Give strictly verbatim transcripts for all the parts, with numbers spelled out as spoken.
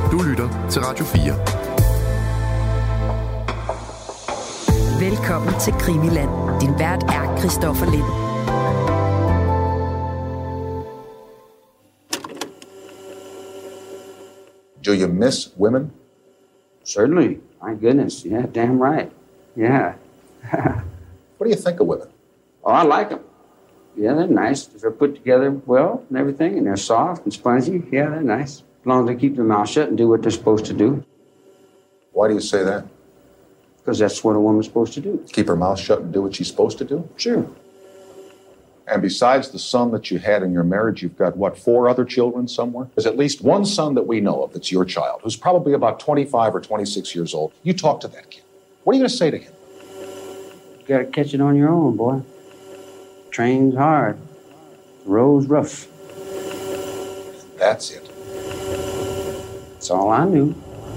Du lytter til Radio fire. Velkommen til Krimiland. Din vært er Christoffer Lind. Do you miss women? Certainly. My goodness. Yeah, damn right. Yeah. What do you think of women? Oh, I like them. Yeah, they're nice. They're put together well and everything, and they're soft and spongy. Yeah, they're nice. As long as they keep their mouth shut and do what they're supposed to do. Why do you say that? Because that's what a woman's supposed to do. Keep her mouth shut and do what she's supposed to do? Sure. And besides the son that you had in your marriage, you've got, what, four other children somewhere? There's at least one son that we know of that's your child, who's probably about twenty-five or twenty-six years old. You talk to that kid. What are you going to say to him? You got to catch it on your own, boy. Train's hard. The road's rough. That's it. That's all I knew.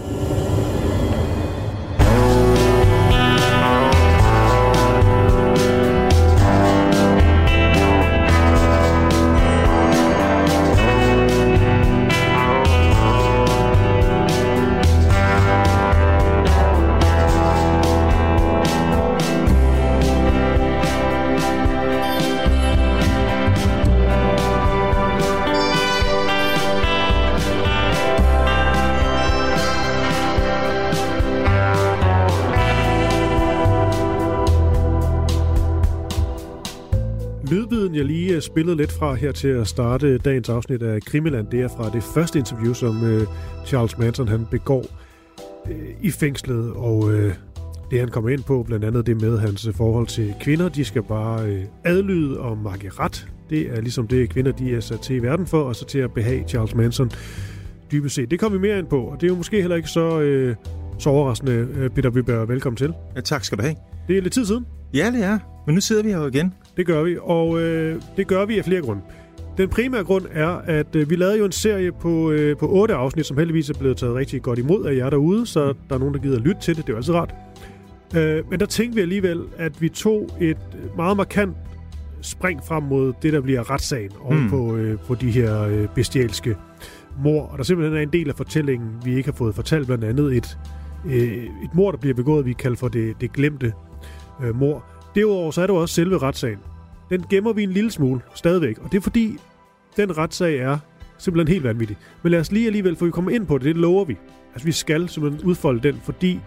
Lydbiden, jeg lige spillede lidt fra her til at starte dagens afsnit af Krimiland, det er fra det første interview, som øh, Charles Manson han begår øh, i fængslet, og øh, det han kommer ind på, blandt andet det med hans forhold til kvinder, de skal bare øh, adlyde og makke ret. Det er ligesom det, kvinder de er sat til i verden for, og så til at behage Charles Manson dybest set. Det kommer vi mere ind på, og det er jo måske heller ikke så, øh, så overraskende. Peter Byberg, velkommen til. Ja, tak skal du have. Det er lidt tid siden. Ja, det er. Men nu sidder vi her jo igen. Det gør vi, og øh, det gør vi af flere grunde. Den primære grund er, at øh, vi lavede jo en serie på, øh, på otte afsnit, som heldigvis er blevet taget rigtig godt imod af jer derude, så der er nogen, der gider at lytte til det. Det er jo altid rart. Øh, men der tænkte vi alligevel, at vi tog et meget markant spring frem mod det, der bliver retssagen over mm. på, øh, på de her øh, bestialske mord. Og der simpelthen er en del af fortællingen, vi ikke har fået fortalt, blandt andet et, øh, et mord, der bliver begået, vi kalder for det, det glemte øh, mord. Derudover så er der også selve retssagen. Den gemmer vi en lille smule stadigvæk, og det er fordi, den retssag er simpelthen helt vanvittig. Men lad os lige alligevel, for vi kommer ind på det, det lover vi. Altså vi skal simpelthen udfolde den, fordi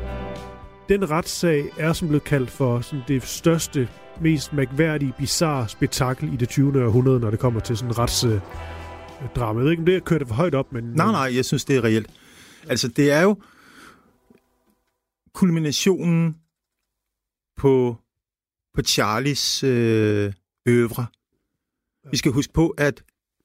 den retssag er som blevet kaldt for sådan det største, mest mærkværdige, bizarre spektakel i det tyvende århundrede, når det kommer til sådan en retsdrama. Jeg ved ikke, om det er kørt det for højt op, men... Nej, nej, jeg synes, det er reelt. Altså, det er jo kulminationen på, på Charlies øh, øvre. Vi skal huske på, at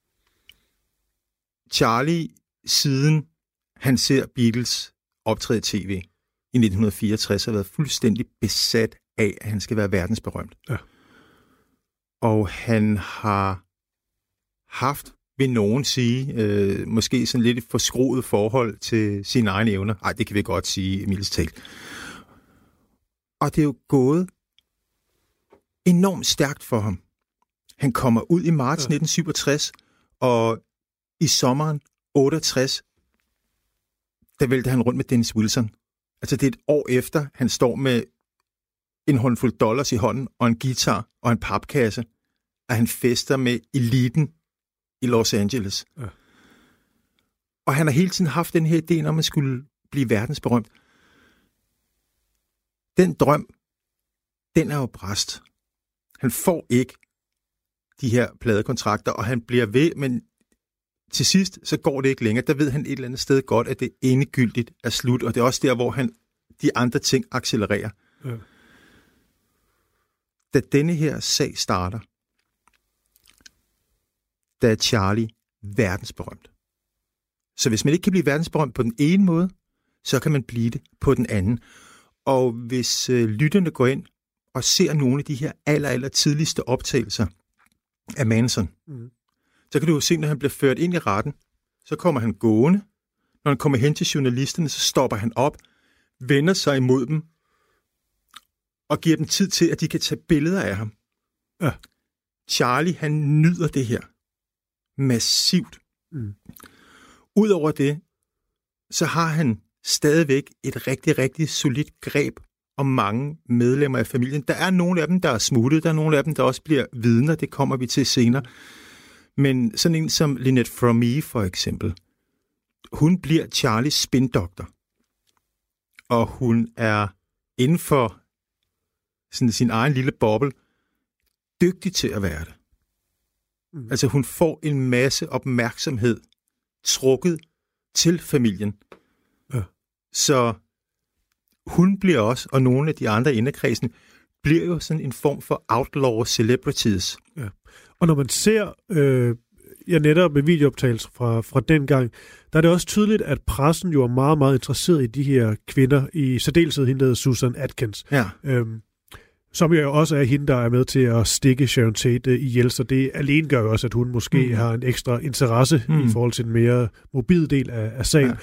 Charlie, siden han ser Beatles optræde i tv i nitten fireogtres, har været fuldstændig besat af, at han skal være verdensberømt. Ja. Og han har haft, vil nogen sige, øh, måske sådan lidt et forskruet forhold til sine egne evner. Ej, det kan vi godt sige, mildest talt. Og det er jo gået enormt stærkt for ham. Han kommer ud i marts ja. nitten syvogtres, og i sommeren otteogtres, der vælter han rundt med Dennis Wilson. Altså det er et år efter, han står med en håndfuld dollars i hånden, og en guitar og en papkasse, og han fester med eliten i Los Angeles. Ja. Og han har hele tiden haft den her idé om, at skulle blive verdensberømt. Den drøm, den er jo brast. Han får ikke de her pladekontrakter, og han bliver ved, men til sidst, så går det ikke længere. Der ved han et eller andet sted godt, at det endegyldigt er slut, og det er også der, hvor han de andre ting accelererer. Ja. Da denne her sag starter, der er Charlie verdensberømt. Så hvis man ikke kan blive verdensberømt på den ene måde, så kan man blive det på den anden. Og hvis øh, lytterne går ind og ser nogle af de her aller, aller tidligste optagelser af Manson, mm. så kan du jo se, når han bliver ført ind i retten, så kommer han gående. Når han kommer hen til journalisterne, så stopper han op, vender sig imod dem, og giver dem tid til, at de kan tage billeder af ham. Ja. Charlie, han nyder det her massivt. Mm. Udover det, så har han stadigvæk et rigtig, rigtig solidt greb om mange medlemmer af familien. Der er nogle af dem, der er smuttet, der er nogle af dem, der også bliver vidner, det kommer vi til senere. Men sådan en som Lynette Fromee for eksempel, hun bliver Charlies spindoktor. Og hun er inden for sådan sin egen lille boble dygtig til at være det. Mm. Altså hun får en masse opmærksomhed trukket til familien. Ja. Så hun bliver også, og nogle af de andre inderkredsen, bliver jo sådan en form for outlaw celebrities. Ja. Og når man ser, øh, ja netop med videooptagelser fra, fra den gang, der er det også tydeligt, at pressen jo er meget, meget interesseret i de her kvinder, i særdeleshed hende, der hedder Susan Atkins. Ja. Øhm, som jo også er hende, der er med til at stikke Sharon Tate ihjel, så det alene gør jo også, at hun måske mm. har en ekstra interesse mm. i forhold til den mere mobil del af, af sagen. Ja.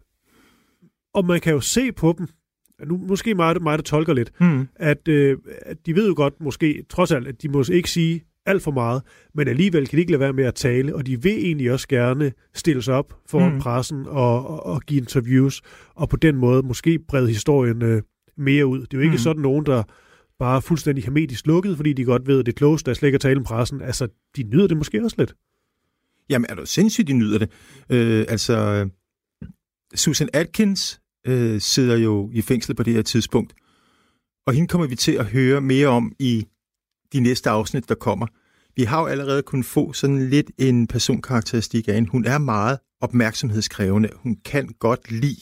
Og man kan jo se på dem, nu måske mig, mig der tolker lidt, mm. at, øh, at de ved jo godt måske, trods alt, at de må ikke sige alt for meget, men alligevel kan de ikke lade være med at tale, og de vil egentlig også gerne stille sig op foran mm. pressen og, og, og give interviews, og på den måde måske brede historien øh, mere ud. Det er jo ikke mm. sådan nogen, der bare fuldstændig hermetisk lukket, fordi de godt ved, at det er klogest, der slet ikke at tale om pressen. Altså, de nyder det måske også lidt. Jamen, er du sindssygt, de nyder det? Øh, altså, Susan Atkins øh, sidder jo i fængsel på det her tidspunkt, og hende kommer vi til at høre mere om i de næste afsnit, der kommer. Vi har jo allerede kunnet få sådan lidt en personkarakteristik af hende. Hun er meget opmærksomhedskrævende. Hun kan godt lide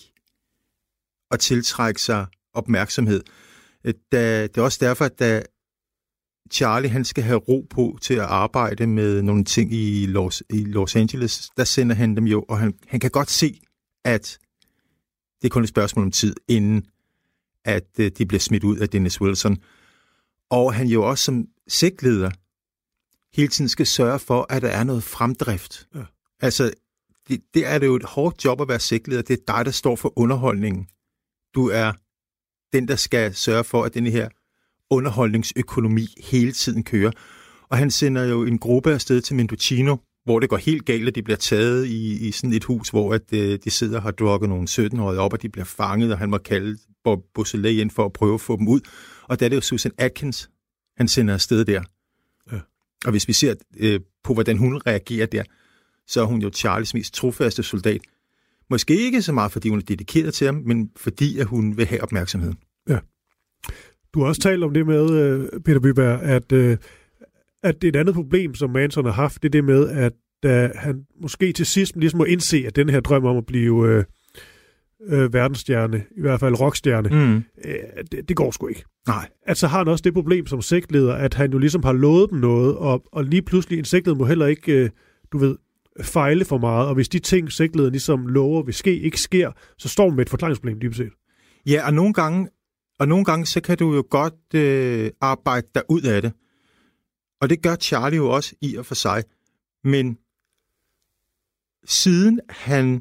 at tiltrække sig opmærksomhed. Da, det er også derfor, at da Charlie han skal have ro på til at arbejde med nogle ting i Los, i Los Angeles, der sender han dem jo, og han, han kan godt se, at det er kun et spørgsmål om tid, inden at uh, de bliver smidt ud af Dennis Wilson. Og han jo også som sektleder hele tiden skal sørge for, at der er noget fremdrift. Ja. Altså, det, det er det jo et hårdt job at være sektleder. Det er dig, der står for underholdningen. Du er den, der skal sørge for, at den her underholdningsøkonomi hele tiden kører. Og han sender jo en gruppe afsted til Mendocino, hvor det går helt galt, at de bliver taget i, i sådan et hus, hvor at, øh, de sidder og har drukket nogle sytten-årige op, og de bliver fanget, og han må kalde Bob Beausoleil ind for at prøve at få dem ud. Og der er det jo Susan Atkins, han sender afsted der. Ja. Og hvis vi ser øh, på, hvordan hun reagerer der, så er hun jo Charlies mest trofaste soldat. Måske ikke så meget, fordi hun er dedikeret til ham, men fordi, at hun vil have opmærksomhed. Ja. Du har også talt om det med, Peter Byberg, at, at det er et andet problem, som Manson har haft, det er det med, at da han måske til sidst ligesom må indse, at den her drøm om at blive øh, øh, verdensstjerne, i hvert fald rockstjerne, mm. øh, det, det går sgu ikke. Nej. At så har han også det problem som sektleder, at han jo ligesom har lovet dem noget, og, og lige pludselig en sektleder må heller ikke, øh, du ved, fejle for meget, og hvis de ting, sektleden ligesom lover vil ske, ikke sker, så står man med et forklaringsproblem dybest set. Ja, og nogle gange, og nogle gange så kan du jo godt øh, arbejde dig ud af det. Og det gør Charlie jo også i og for sig. Men siden han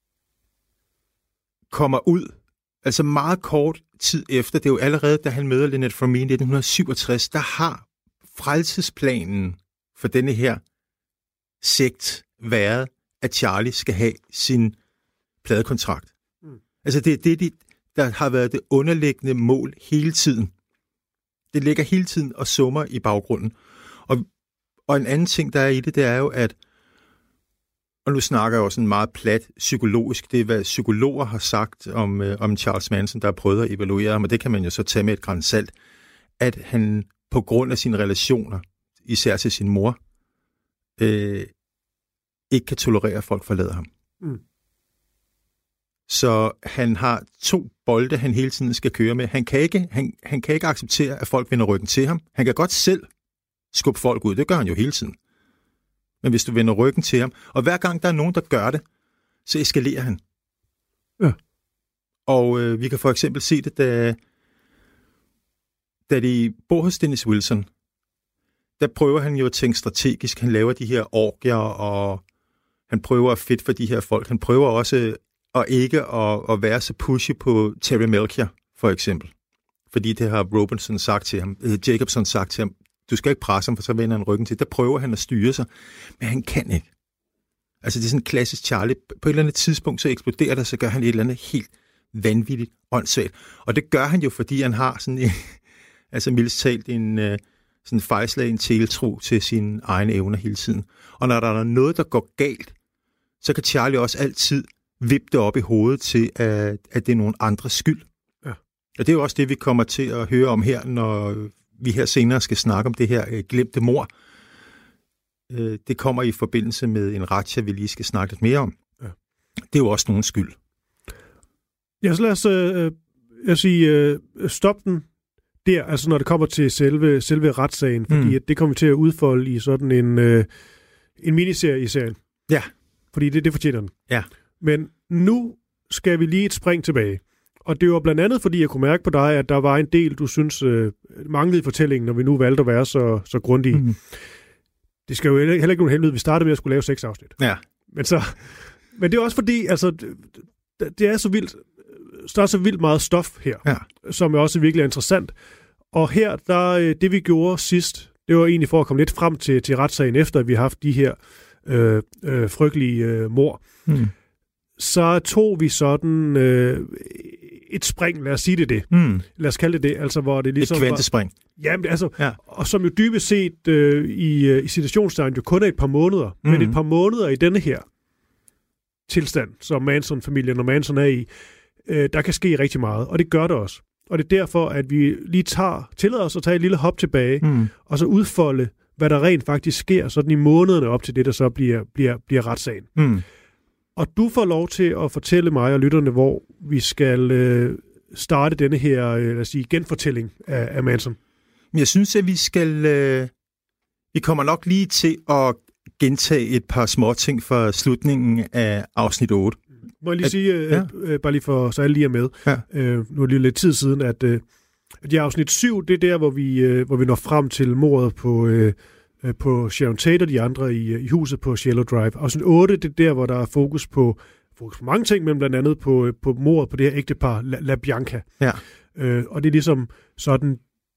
kommer ud, altså meget kort tid efter, det er jo allerede, da han møder Lynette Fromee i nitten syvogtres, der har frelsesplanen for denne her sekt været, at Charlie skal have sin pladekontrakt. Mm. Altså det er det, de, der har været det underliggende mål hele tiden. Det ligger hele tiden og summer i baggrunden. Og, og en anden ting, der er i det, det er jo, at, og nu snakker jeg også sådan meget plat psykologisk, det er, hvad psykologer har sagt om, øh, om Charles Manson, der har prøvet at evaluere ham, og det kan man jo så tage med et gran salt, at han på grund af sine relationer, især til sin mor, øh, ikke kan tolerere, at folk forlader ham. Mm. Så han har to bolde, han hele tiden skal køre med. Han kan ikke, han, han kan ikke acceptere, at folk vender ryggen til ham. Han kan godt selv skubbe folk ud. Det gør han jo hele tiden. Men hvis du vender ryggen til ham, og hver gang der er nogen, der gør det, så eskalerer han. Ja. Og øh, vi kan for eksempel se det, da, da de bor hos Dennis Wilson, der prøver han jo at tænke strategisk. Han laver de her orgier, og han prøver at fedt for de her folk. Han prøver også at ikke at, at være så pushy på Terry Melchior, for eksempel. Fordi det har Robinson sagt til ham, øh, Jacobson sagt til ham, du skal ikke presse ham, for så vender han ryggen til. Der prøver han at styre sig, men han kan ikke. Altså det er sådan en klassisk Charlie. På et eller andet tidspunkt, så eksploderer der, så gør han et eller andet helt vanvittigt åndssvagt. Og det gør han jo, fordi han har sådan en, altså mildest talt en uh, sådan fejlslagen tiltro til sine egne evner hele tiden. Og når der er noget, der går galt, så kan Charlie også altid vippe det op i hovedet til, at, at det er nogen andres skyld. Ja. Og det er jo også det, vi kommer til at høre om her, når vi her senere skal snakke om det her uh, glemte mord. Uh, det kommer i forbindelse med en razzia, vi lige skal snakke lidt mere om. Ja. Det er jo også nogen skyld. Ja, så lad os øh, jeg sige, øh, stoppe den der, altså når det kommer til selve, selve retssagen, fordi mm. det kommer vi til at udfolde i sådan en, øh, en miniserie i serien. Ja. Fordi det, det fortjener den. Ja. Men nu skal vi lige et spring tilbage. Og det var blandt andet, fordi jeg kunne mærke på dig, at der var en del, du synes øh, manglede i fortællingen, når vi nu valgte at være så, så grundige. Mm. Det skal jo heller ikke nogen helvede. Vi startede med at skulle lave seks afsnit. Ja. Men, så, men det er også fordi, altså, det, det er så vildt, der er så vildt meget stof her, ja. Som er også virkelig er interessant. Og her, der, det vi gjorde sidst, det var egentlig for at komme lidt frem til, til retssagen, efter at vi har haft de her øh, øh, frygtelige øh, mord. Mm. Så tog vi sådan øh, et spring, lad os sige det det. Mm. Lad os kalde det det. Altså, hvor det ligesom et kvantespring. Var, jamen, altså, ja. Og som jo dybest set øh, i, i situationstegn jo kun er et par måneder, mm. men et par måneder i denne her tilstand, som Manson-familien og Manson er i, øh, der kan ske rigtig meget, og det gør det også. Og det er derfor, at vi lige tager, tillader os at tage et lille hop tilbage, mm. og så udfolde, hvad der rent faktisk sker, sådan i månederne op til det, der så bliver, bliver, bliver retssagen. Mm. Og du får lov til at fortælle mig og lytterne, hvor vi skal øh, starte denne her, øh, lad os sige, genfortælling af, af Manson. Men jeg synes, at vi skal, øh, vi kommer nok lige til at gentage et par småting fra slutningen af afsnit otte. Må jeg lige at, sige, øh, ja. øh, bare lige for så alle lige er med, ja. øh, nu er det lige lidt tid siden, at, øh, at i afsnit syv, det er der, hvor vi, øh, hvor vi når frem til mordet på, øh, på Sharon Tate og de andre i, i huset på Cielo Drive. Afsnit otte, det er der, hvor der er fokus på, fokus på mange ting, men blandt andet på, på mordet på det her ægtepar, La, La Bianca. Ja. Øh, og det er ligesom sådan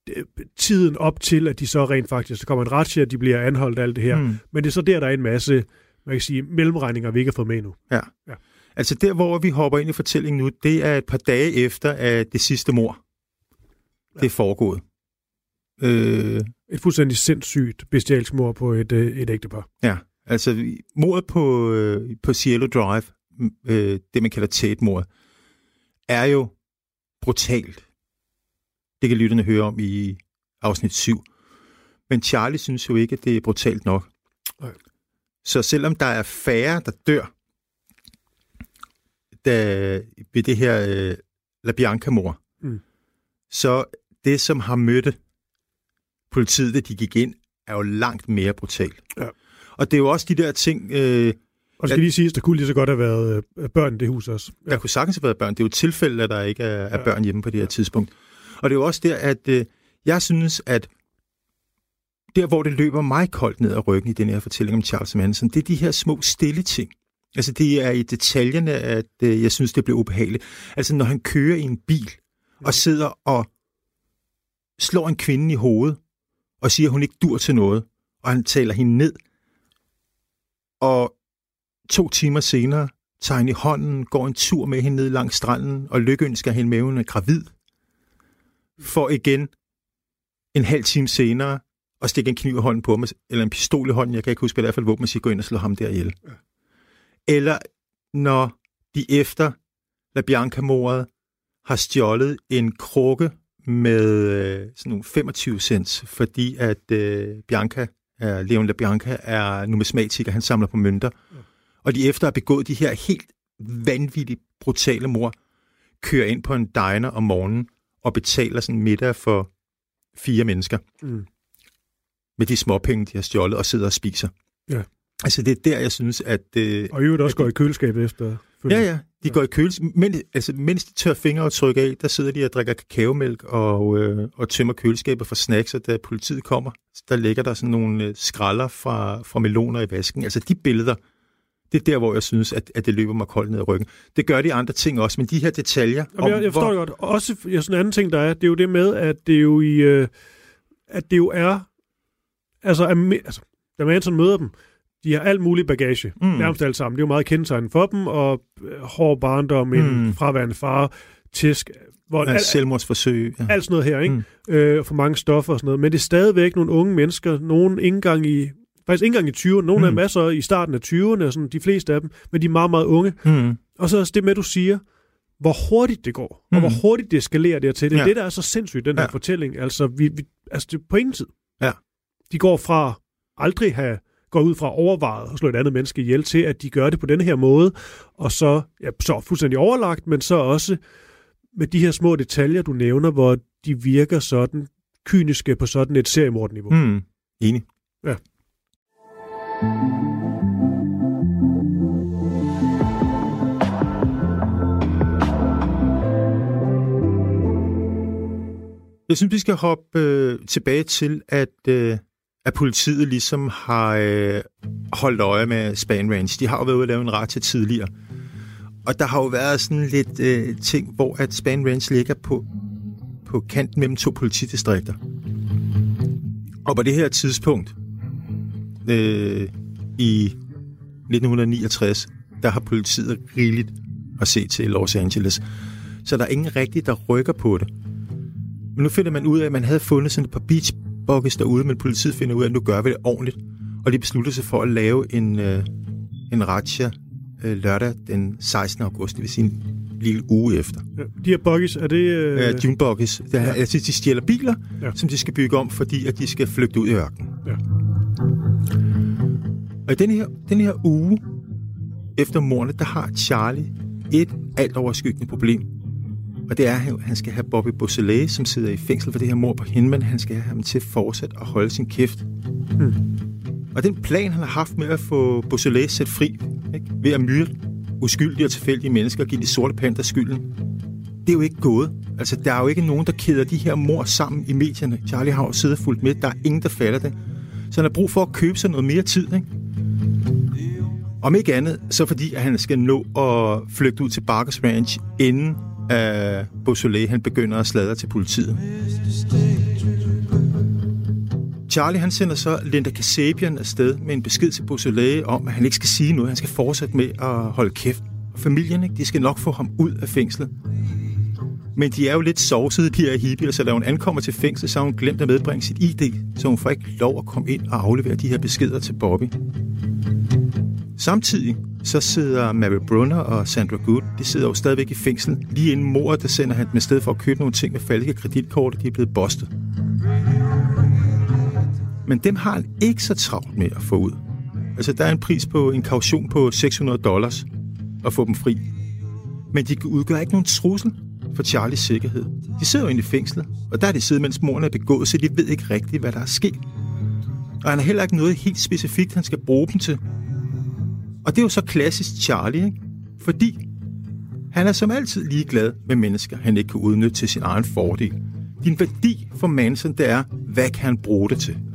tiden op til, at de så rent faktisk, der kommer en razzia, at de bliver anholdt alt det her. Mm. Men det er så der, der er en masse, man kan sige, mellemregninger, vi ikke har fået med endnu. Ja. ja. Altså der, hvor vi hopper ind i fortællingen nu, det er et par dage efter, at det sidste mord, ja. det er foregået. Øh... Et fuldstændig sindssygt bestialsk mord på et, et ægtepar. Ja, altså mordet på, på Cielo Drive, øh, det man kalder Tate-mordet, er jo brutalt. Det kan lytterne høre om i afsnit syv. Men Charlie synes jo ikke, at det er brutalt nok. Okay. Så selvom der er færre, der dør der, ved det her øh, La Bianca-mord, mm. så det, som har mødt politiet, da de gik ind, er jo langt mere brutalt. Ja. Og det er jo også de der ting... Øh, og skal lige sige, at der kunne lige så godt have været øh, børn i det hus også. Ja. Der kunne sagtens have været børn. Det er jo et tilfælde, at der ikke er, er børn hjemme på det her ja. tidspunkt. Og det er jo også der, at øh, jeg synes, at der, hvor det løber mig koldt ned ad ryggen i den her fortælling om Charles Manson, det er de her små stille ting. Altså, det er i detaljerne, at øh, jeg synes, det bliver ubehageligt. Altså, når han kører i en bil og sidder og slår en kvinde i hovedet, og siger, at hun ikke dur til noget, og han taler hende ned. Og to timer senere tager han i hånden, går en tur med hende ned langs stranden, og lykønsker hende med, hun er gravid. For igen, en halv time senere, at stikke en kniv i hånden på ham, eller en pistol i hånden, jeg kan ikke huske, i hvert fald, hvor man siger, gå ind og slå ham der ihjel. Ja. Eller når de efter La Bianca-mordet har stjålet en krukke med øh, sådan nogle femogtyve cents, fordi at øh, Bianca, øh, Leon La Bianca, er numismatiker, han samler på mønter. Ja. Og de efter at have begået de her helt vanvittigt brutale mord, kører ind på en diner om morgenen og betaler sådan en middag for fire mennesker. Mm. Med de småpenge, de har stjålet, og sidder og spiser. Ja. Altså det er der, jeg synes, at... Øh, og i øvrigt også går i køleskabet efter... Ja, ja. De ja. går i køleskabet. Men, altså, mens de tør fingeraftryk af, der sidder de og drikker kakaomælk og, øh, og tømmer køleskabet for snacks, og da politiet kommer, der ligger der sådan nogle øh, skralder fra, fra meloner i vasken. Altså de billeder, det er der, hvor jeg synes, at, at det løber mig koldt ned ad ryggen. Det gør de andre ting også, men de her detaljer... Jamen, jeg, jeg forstår hvor... det godt. Også ja, sådan en anden ting, der er, det er jo det med, at det jo, i, øh, at det jo er... Altså, at, altså da Manson møder dem, De har alt muligt bagage, mm. nærmest alt sammen. Det er jo meget kendetegnende for dem, og øh, hård barndom, mm. en fraværende far, tæsk, vold, ja, al, selvmordsforsøg. Ja. Alt sådan noget her, ikke? Mm. Øh, for mange stoffer og sådan noget. Men det er stadigvæk nogle unge mennesker, nogen ikke engang i, faktisk ikke engang i tyverne, nogle mm. af masser i starten af tyverne, og sådan, de fleste af dem, men de er meget, meget unge. Mm. Og så er det med, du siger, hvor hurtigt det går, mm. og hvor hurtigt det eskalerer dertil. Det er ja. det, der er så sindssygt, den her ja. fortælling. Altså, vi, vi, altså det er på ingen tid. Ja. De går fra aldrig have går ud fra overvejet at slå et andet menneske ihjel til, at de gør det på denne her måde, og så, ja, så fuldstændig overlagt, men så også med de her små detaljer, du nævner, hvor de virker sådan kyniske på sådan et seriemorderniveau. Mm. Enig. Ja. Jeg synes, vi skal hoppe øh, tilbage til, at, øh, at politiet ligesom har øh, holdt øje med Span Ranch. De har jo været ude at lave en razzia tidligere. Og der har jo været sådan lidt øh, ting, hvor at Span Ranch ligger på, på kanten mellem to politidistrikter. Og på det her tidspunkt, øh, i nitten niogtres, der har politiet rigeligt at se til Los Angeles. Så der er ingen rigtig, der rykker på det. Men nu finder man ud af, at man havde fundet sådan et par beach buggies derude, men politiet finder ud af, at nu gør vi det ordentligt. Og de beslutter sig for at lave en, øh, en razzia øh, lørdag den sekstende august, det vil sige en lille uge efter. Ja, de her buggies, er det... Øh... Ja, dune buggies. Det er, ja. altså, de stjæler biler, ja. som de skal bygge om, fordi at de skal flygte ud i ørkenen. Ja. Og i den her, den her uge efter mordene, der har Charlie et alt overskyggende problem. Og det er, at han skal have Bobby Beausoleil, som sidder i fængsel for det her mord på hende, men han skal have ham til fortsat at holde sin kæft. Hmm. Og den plan, han har haft med at få Beausoleil sat fri, ikke? Ved at myrde uskyldige og tilfældige mennesker og give de sorte panter skylden, det er jo ikke gået. Altså, der er jo ikke nogen, der kæder de her mord sammen i medierne. Charlie har jo siddet fuldt med. Der er ingen, der fatter det. Så han har brug for at købe sig noget mere tid, ikke? Om ikke andet, så fordi at han skal nå at flygte ud til Barkers Ranch, inden at Beausoleil han begynder at sladre til politiet. Charlie han sender så Linda Kasabian afsted med en besked til Beausoleil om, at han ikke skal sige noget. Han skal fortsætte med at holde kæft. Og familien, ikke, de skal nok få ham ud af fængslet. Men de er jo lidt sovsede, de her hippier, så da hun ankommer til fængslet, så har hun glemt at medbringe sit I D, så hun får ikke lov at komme ind og aflevere de her beskeder til Bobby. Samtidig så sidder Mary Brunner og Sandra Good, de sidder jo stadigvæk i fængsel. Lige inden mordet, der sender han dem afsted for at købe nogle ting med falske kreditkort, og de er blevet bustet. Men dem har han ikke så travlt med at få ud. Altså, der er en pris på en kaution på seks hundrede dollars at få dem fri. Men de udgør ikke nogen trussel for Charlies sikkerhed. De sidder jo inde i fængslet, og der er de siddet, mens mordene er begået, så de ved ikke rigtigt, hvad der er sket. Og han har heller ikke noget helt specifikt, han skal bruge dem til. Og det er jo så klassisk Charlie, ikke? Fordi han er som altid ligeglad med mennesker, han ikke kan udnytte til sin egen fordel. Din værdi for Manson, det er, hvad kan han bruge det til?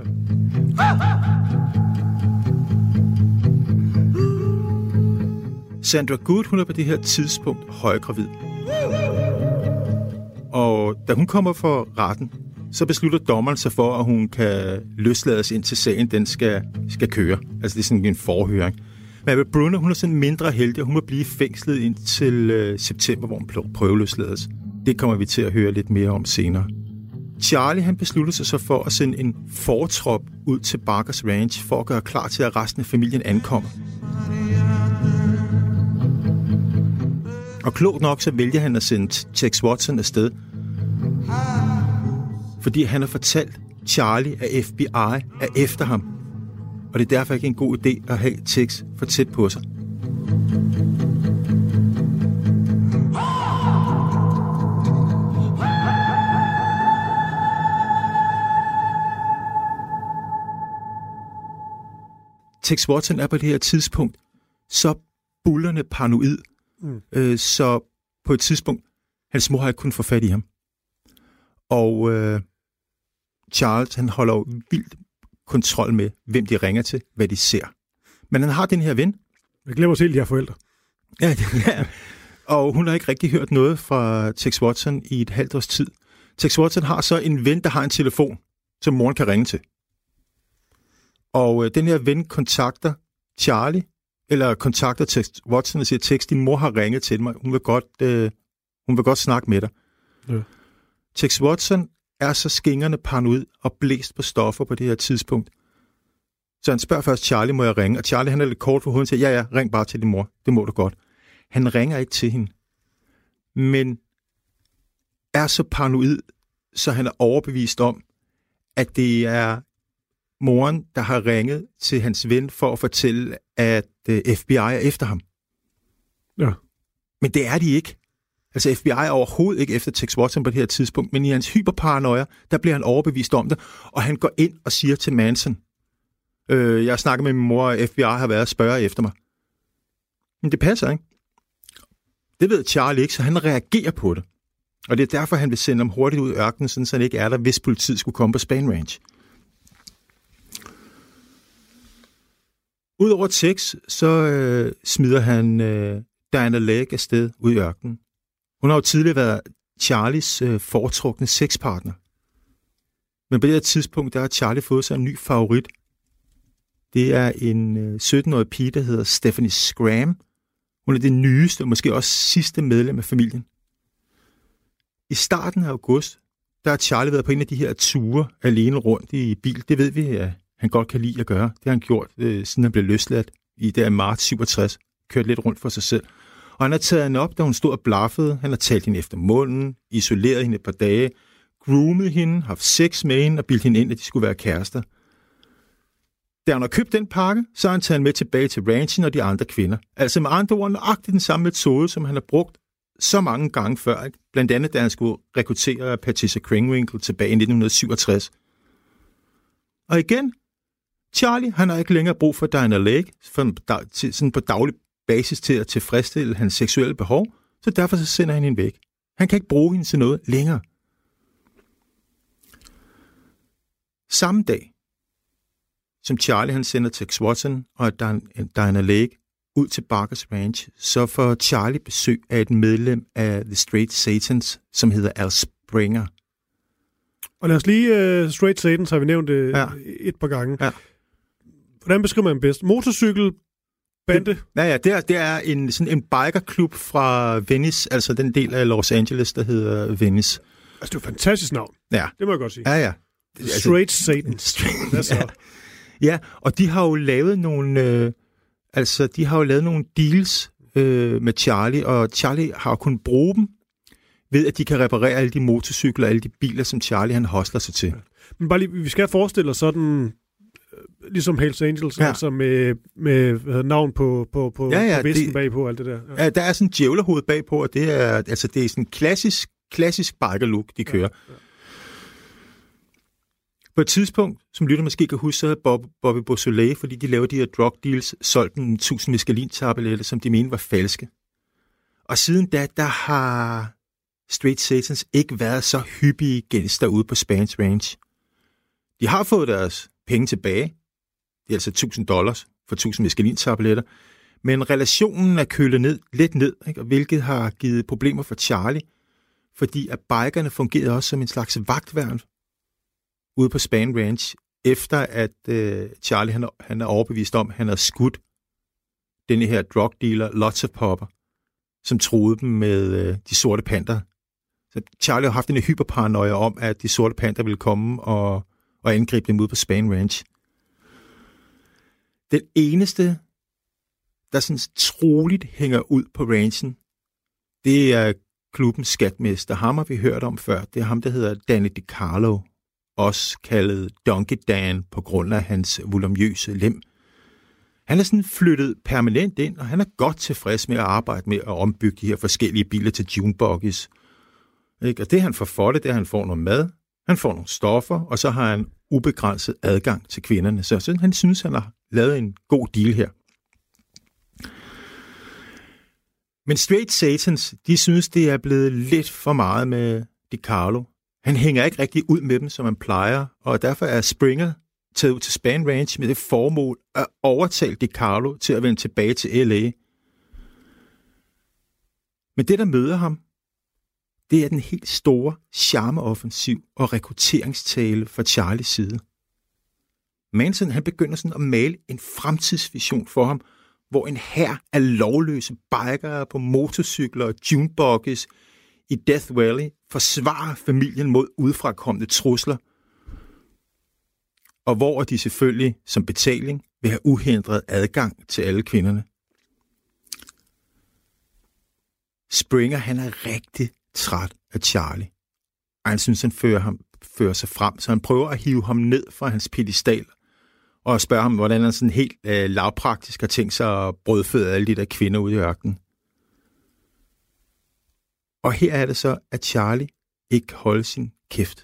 Sandra Good, hun er på det her tidspunkt højgravid. Og da hun kommer for retten, så beslutter dommeren sig for, at hun kan løslades ind til sagen, den skal, skal køre. Altså det er sådan en forhøring. Mary Brunner, hun er sådan mindre heldig, og hun må blive fængslet indtil øh, september, hvor hun prøveløslades. Det kommer vi til at høre lidt mere om senere. Charlie, han beslutter sig så for at sende en fortrop ud til Barkers Ranch, for at gøre klar til, at resten af familien ankommer. Og klogt nok, så vælger han at sende Tex Watson afsted, fordi han har fortalt Charlie, at F B I er efter ham. Og det er derfor ikke en god idé at have Tex for tæt på sig. Tex Watson er på det her tidspunkt så bullerne paranoid, mm. øh, så på et tidspunkt, hans mor har ikke kunnet få fat i ham. Og øh, Charles, han holder jo vildt kontrol med, hvem de ringer til, hvad de ser. Men han har den her ven. Jeg glemmer selv, de her forældre. Ja, ja. Og hun har ikke rigtig hørt noget fra Tex Watson i et halvt års tid. Tex Watson har så en ven, der har en telefon, som moren kan ringe til. Og øh, den her ven kontakter Charlie, eller kontakter Tex Watson og siger, Tex, din mor har ringet til mig. Hun vil godt, øh, hun vil godt snakke med dig. Ja. Tex Watson er så skingerne paranoid og blæst på stoffer på det her tidspunkt. Så han spørger først Charlie, må jeg ringe? Og Charlie, han er lidt kort for hovedet og siger, ja, ja, ring bare til din mor. Det må du godt. Han ringer ikke til hende, men er så paranoid, så han er overbevist om, at det er moren, der har ringet til hans ven for at fortælle, at F B I er efter ham. Ja. Men det er de ikke. Altså F B I er overhovedet ikke efter Tex Watson på det her tidspunkt, men i hans hyperparanoia, der bliver han overbevist om det, og han går ind og siger til Manson, øh, jeg snakker med min mor, og F B I har været og spørge efter mig. Men det passer, ikke? Det ved Charlie ikke, så han reagerer på det. Og det er derfor, han vil sende ham hurtigt ud i ørkenen, sådan så han ikke er der, hvis politiet skulle komme på Spahn Ranch. Udover Tex, så øh, smider han øh, Diana Lake afsted ud i ørkenen. Hun har jo tidligere været Charlies øh, foretrukne sexpartner. Men på det her tidspunkt, der har Charlie fået sig en ny favorit. Det er en øh, sytten-årig pige, der hedder Stephanie Scram. Hun er det nyeste og måske også sidste medlem af familien. I starten af august, der har Charlie været på en af de her ture alene rundt i bil. Det ved vi, at han godt kan lide at gøre. Det har han gjort, øh, siden han blev løsladt i der marts syvogtres. Kørt lidt rundt for sig selv. Og han har taget hende op, da hun stod og blaffede. Han har talt hende efter munden, isoleret hende et par dage, groomet hende, haft sex med hende og bildt hende ind, at de skulle være kærester. Da han har købt den pakke, så har han taget hende med tilbage til ranchen og de andre kvinder. Altså med andre ord, nøjagtigt den samme metode, som han har brugt så mange gange før. Ikke? Blandt andet, da han skulle rekruttere Patricia Krenwinkel tilbage i nitten syvogtres. Og igen, Charlie, han har ikke længere brug for Diana Lake, for, til, sådan på daglig basis til at tilfredsstille hans seksuelle behov, så derfor så sender han hende væk. Han kan ikke bruge hende til noget længere. Samme dag, som Charlie han sender Tex Watson og Diana Lake ud til Barkers Ranch, så får Charlie besøg af et medlem af The Straight Satans, som hedder Al Springer. Og lad os lige, uh, Straight Satans har vi nævnt uh, ja. et par gange. Ja. Hvordan beskriver man bedst? Motorcykel, bande? Ja, ja, det er, det er en, sådan en bikerklub fra Venice, altså den del af Los Angeles, der hedder Venice. Altså, det er et fantastisk navn. Ja. Det må jeg godt sige. Ja, ja. Straight Satans. Hvad så? Ja. Ja, og de har jo lavet nogle, øh, altså de har jo lavet nogle deals øh, med Charlie, og Charlie har kunnet bruge dem ved, at de kan reparere alle de motorcykler og alle de biler, som Charlie han hostler sig til. Ja. Men bare lige, vi skal forestille os sådan, ligesom Hells Angels, ja. altså med, med hvad hedder, navn på, på, på, ja, ja, på vesten bagpå, alt det der. Ja. Ja, der er sådan en djævlehoved bagpå, og det er, altså, det er sådan en klassisk, klassisk biker-look, de kører. Ja, ja. På et tidspunkt, som lytter måske kan huske, så havde Bob, Bobby Beausoleil, fordi de lavede de her drug deals, solgt en tusind mescalintabletter, som de mente var falske. Og siden da, der har Straight Satans ikke været så hyppige gæster ude på Spahns Ranch. De har fået deres penge tilbage. Det er altså tusind dollars for tusind mescalintabletter. Men relationen er kølet ned, lidt ned, ikke? Hvilket har givet problemer for Charlie, fordi at bikerne fungerede også som en slags vagtværn ude på Spahn Ranch, efter at øh, Charlie han, han er overbevist om, at han har skudt denne her drug dealer, Lots of Popper, som troede dem med øh, de sorte panter. Så Charlie har haft en hyperparanoia om, at de sorte panter ville komme og, og angribe dem ude på Spahn Ranch. Den eneste, der sådan troligt hænger ud på ranchen, det er klubbens skatmester. Ham har vi hørt om før. Det er ham, der hedder Danny DiCarlo, også kaldet Donkey Dan på grund af hans volumøse lem. Han er sådan flyttet permanent ind, og han er godt tilfreds med at arbejde med at ombygge de her forskellige biler til junebuggies. Ikke? Og det han får for det, det er, at han får noget mad, han får nogle stoffer, og så har han ubegrænset adgang til kvinderne. Så, så han synes, han har lavet en god deal her. Men Straight Satans, de synes, det er blevet lidt for meget med DiCarlo. Han hænger ikke rigtig ud med dem, som han plejer, og derfor er Springer taget ud til Spahn Ranch med det formål at overtale DiCarlo til at vende tilbage til L A. Men det, der møder ham, det er den helt store charmeoffensiv og rekrutteringstale fra Charlies side. Manson, han begynder sådan at male en fremtidsvision for ham, hvor en hær af lovløse bikere på motorcykler og junebuggies i Death Valley forsvarer familien mod udefrakommende trusler, og hvor de selvfølgelig som betaling vil have uhindret adgang til alle kvinderne. Springer, han er rigtig træt af Charlie, og han synes, han fører, ham, fører sig frem, så han prøver at hive ham ned fra hans pedestal og spørger ham, hvordan han sådan helt øh, lavpraktisk har tænkt sig at brødføde alle de der kvinder ude i ørkenen. Og her er det så, at Charlie ikke kan holde sin kæft.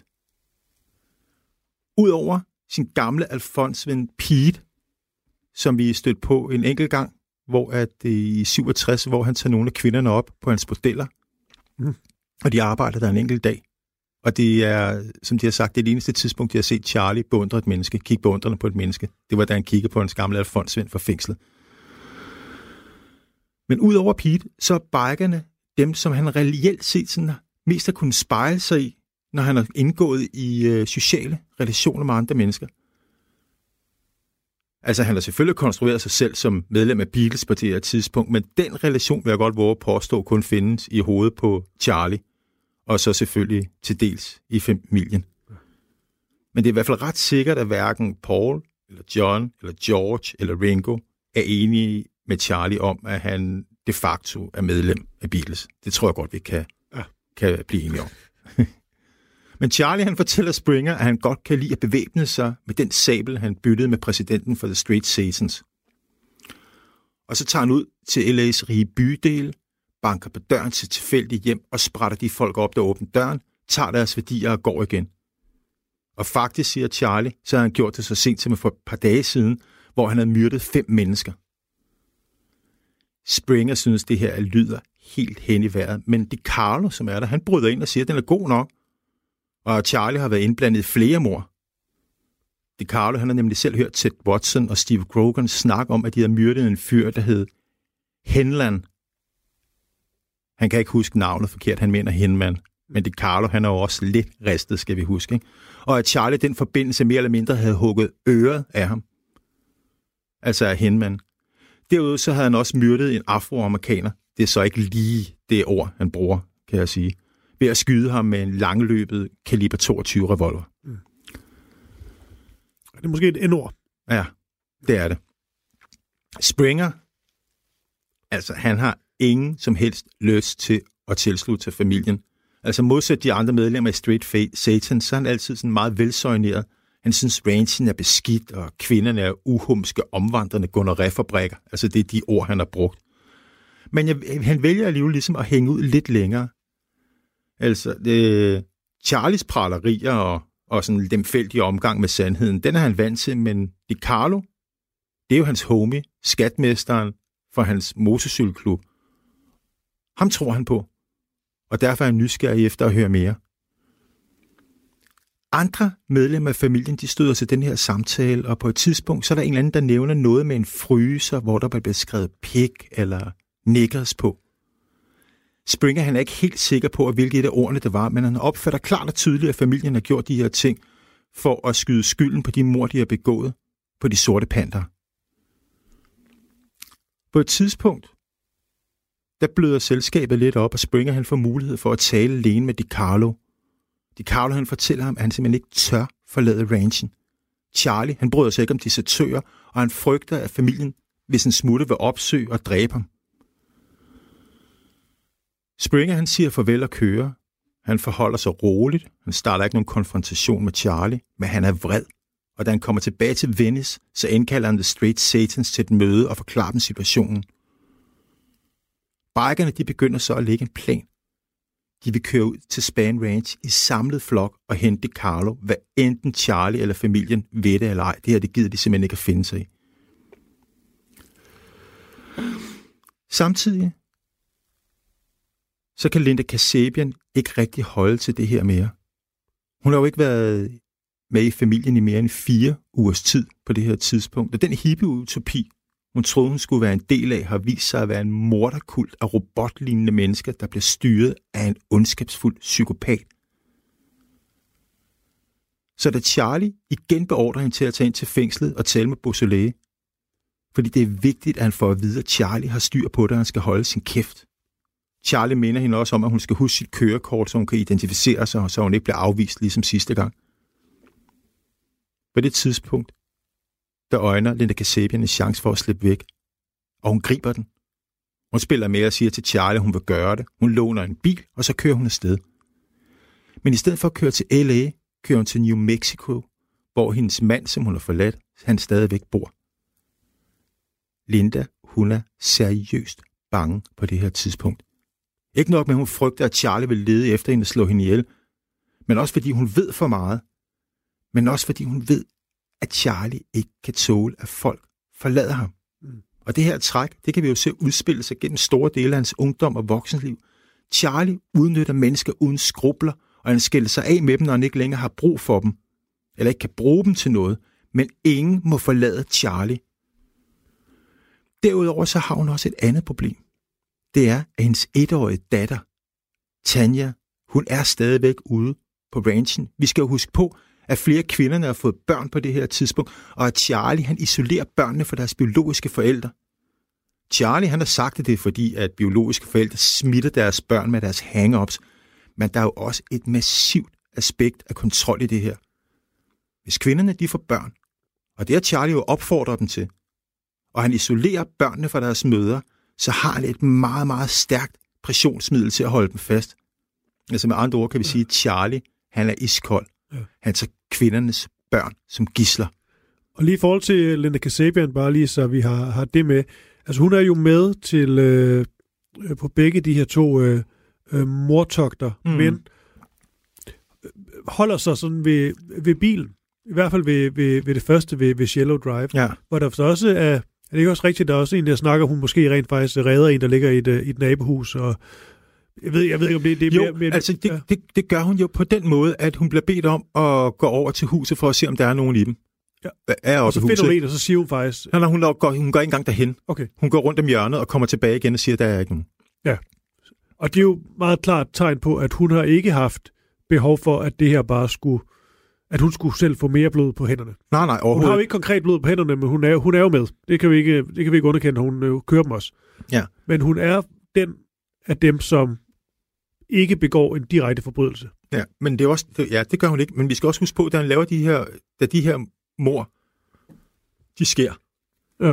Udover sin gamle Alfons-ven Pete, som vi stødte på en enkelt gang, hvor at i syvogtres, hvor han tager nogle af kvinderne op på hans bordeller, mm. og de arbejder der en enkelt dag. Og det er, som de har sagt, det er det eneste tidspunkt, de har set Charlie beundre et menneske, kigge beundrende på et menneske. Det var, da han kiggede på hans gamle Alfons-ven fra fængslet. Men udover Pete, så er bikerne dem, som han reelt set sådan, mest har kunnet spejle sig i, når han har indgået i øh, sociale relationer med andre mennesker. Altså, han har selvfølgelig konstrueret sig selv som medlem af Beatles på det her tidspunkt, men den relation vil jeg godt våge at påstå kun findes i hovedet på Charlie, og så selvfølgelig til dels i familien. Men det er i hvert fald ret sikkert, at hverken Paul, eller John, eller George, eller Ringo er enige med Charlie om, at han de facto er medlem af Beatles. Det tror jeg godt, vi kan, ja. kan blive enige om. Men Charlie, han fortæller Springer, at han godt kan lide at bevæbne sig med den sabel, han byttede med præsidenten for The Straight Satans. Og så tager han ud til L A's rige bydel, banker på døren til tilfældigt hjem og sprætter de folk op, der åbner døren, tager deres værdier og går igen. Og faktisk, siger Charlie, så har han gjort det så sent som for et par dage siden, hvor han havde myrdet fem mennesker. Springer synes, det her lyder helt hen i vejret, men DiCarlo, som er der, han bryder ind og siger, at den er god nok. Og Charlie har været indblandet i flere mord. DiCarlo, han har nemlig selv hørt Ted Watson og Steve Grogan snakke om, at de havde myrdet en fyr, der hed Henland. Han kan ikke huske navnet forkert, han mener Henman. Men DiCarlo, han er jo også lidt ristet, skal vi huske. Ikke? Og at Charlie den forbindelse mere eller mindre havde hugget øret af ham. Altså af Henman. Derudover så havde han også myrdet en afroamerikaner. Det er så ikke lige det ord, han bruger, kan jeg sige. Ved at skyde ham med en langløbet kaliber toogtyve revolver. Mm. Det er måske et N-ord. Ja, det er det. Springer, altså han har ingen som helst lyst til at tilslutte til familien. Altså modsat de andre medlemmer i Straight Satan, så er han altid sådan meget velsøjneret. Han synes, ranchen er beskidt, og kvinderne er uhumske, omvandrende gonorrhea-fabrikker. Altså det er de ord, han har brugt. Men jeg, han vælger alligevel ligesom at hænge ud lidt længere. Altså, det, Charlies pralerier og, og sådan en lemfældig omgang med sandheden, den er han vant til, men DiCarlo, det er jo hans homie, skatmesteren for hans motorcykelklub. Ham tror han på, og derfor er han nysgerrig efter at høre mere. Andre medlemmer af familien, de støder til den her samtale, og på et tidspunkt, så er der en eller anden, der nævner noget med en fryser, hvor der bliver skrevet pik eller niggers på. Springer, han er ikke helt sikker på, hvilket af ordene det var, men han opfatter klart og tydeligt, at familien har gjort de her ting for at skyde skylden på de mord, de har begået på de sorte panter. På et tidspunkt, der bløder selskabet lidt op, og Springer, han får mulighed for at tale alene med DiCarlo. DiCarlo, han fortæller ham, at han simpelthen ikke tør forlade ranchen. Charlie, han bryder sig ikke om desertører, og han frygter, at familien, hvis en smutte vil opsøge og dræbe ham. Springer, han siger farvel og kører. Han forholder sig roligt. Han starter ikke nogen konfrontation med Charlie, men han er vred. Og da han kommer tilbage til Venice, så indkalder han The Straight Satans til et møde og forklarer dem situationen. Bikerne, de begynder så at lægge en plan. De vil køre ud til Span Ranch i samlet flok og hente DiCarlo, hvad enten Charlie eller familien ved det eller ej. Det her, det gider de simpelthen ikke at finde sig i. Samtidig så kan Linda Kasabian ikke rigtig holde til det her mere. Hun har jo ikke været med i familien i mere end fire ugers tid på det her tidspunkt. Og den hippie-utopi, hun troede, hun skulle være en del af, har vist sig at være en morderkult af robotlignende mennesker, der bliver styret af en ondskabsfuld psykopat. Så da Charlie igen beordrer hende til at tage ind til fængslet og tale med Beausoleil, fordi det er vigtigt, at han får at vide, at Charlie har styr på det, og han skal holde sin kæft. Charlie minder hende også om, at hun skal huske sit kørekort, så hun kan identificere sig, så hun ikke bliver afvist ligesom sidste gang. På det tidspunkt, der øjner Linda Kasabian en chance for at slippe væk, og hun griber den. Hun spiller med og siger til Charlie, at hun vil gøre det. Hun låner en bil, og så kører hun afsted. Men i stedet for at køre til L A, kører hun til New Mexico, hvor hendes mand, som hun har forladt, han stadigvæk bor. Linda, hun er seriøst bange på det her tidspunkt. Ikke nok med, at hun frygter, at Charlie vil lede efter hende og slå hende ihjel, men også fordi hun ved for meget. Men også fordi hun ved, at Charlie ikke kan tåle, at folk forlader ham. Mm. Og det her træk, det kan vi jo se udspille sig gennem store dele af hans ungdom og voksenliv. Charlie udnytter mennesker uden skrubler, og han skiller sig af med dem, når han ikke længere har brug for dem, eller ikke kan bruge dem til noget, men ingen må forlade Charlie. Derudover så har hun også et andet problem. Det er, at hendes etårige datter, Tanya, hun er stadigvæk ude på ranchen. Vi skal jo huske på, at flere kvinderne har fået børn på det her tidspunkt, og at Charlie, han isolerer børnene fra deres biologiske forældre. Charlie, han har sagt, at det er fordi, at biologiske forældre smitter deres børn med deres hang-ups, men der er jo også et massivt aspekt af kontrol i det her. Hvis kvinderne, de får børn, og det har Charlie jo opfordret dem til, og han isolerer børnene fra deres mødre, så har han et meget, meget stærkt pressionsmiddel til at holde dem fast. Altså med andre ord kan vi sige, at Charlie, han er iskold. Ja. Han tager kvindernes børn som gidsler. Og lige i forhold til Linda Kasabian, bare lige så vi har, har det med. Altså hun er jo med til øh, på begge de her to øh, øh, mordtogter, mm. men holder sig sådan ved, ved bilen. I hvert fald ved, ved, ved det første, ved, ved Cielo Drive. Ja. Hvor der så også er, er det ikke også rigtigt, der er også en, der snakker, hun måske rent faktisk redder en, der ligger i et, i et nabohus, og jeg ved, jeg ved ikke, om det, det er jo, mere... mere altså det, ja. det, det gør hun jo på den måde, at hun bliver bedt om at gå over til huset for at se, om der er nogen i dem. Ja. Er og så finder hun en, og så siger hun faktisk... Nej, nej, hun, går, hun går ikke engang derhen. Okay. Hun går rundt om hjørnet og kommer tilbage igen og siger, at der er ikke nogen. Ja, og det er jo meget klart tegn på, at hun har ikke haft behov for, at det her bare skulle... at hun skulle selv få mere blod på hænderne. Nej, nej, hun har jo ikke konkret blod på hænderne, men hun er, hun er jo med. Det kan vi ikke, det kan vi ikke underkende, hun øh, kører dem også. Ja. Men hun er den af dem, som ikke begår en direkte forbrydelse. Ja, men det er også, det, ja, det gør hun ikke. Men vi skal også huske på, at han laver de her, da de her mord, de sker. Ja.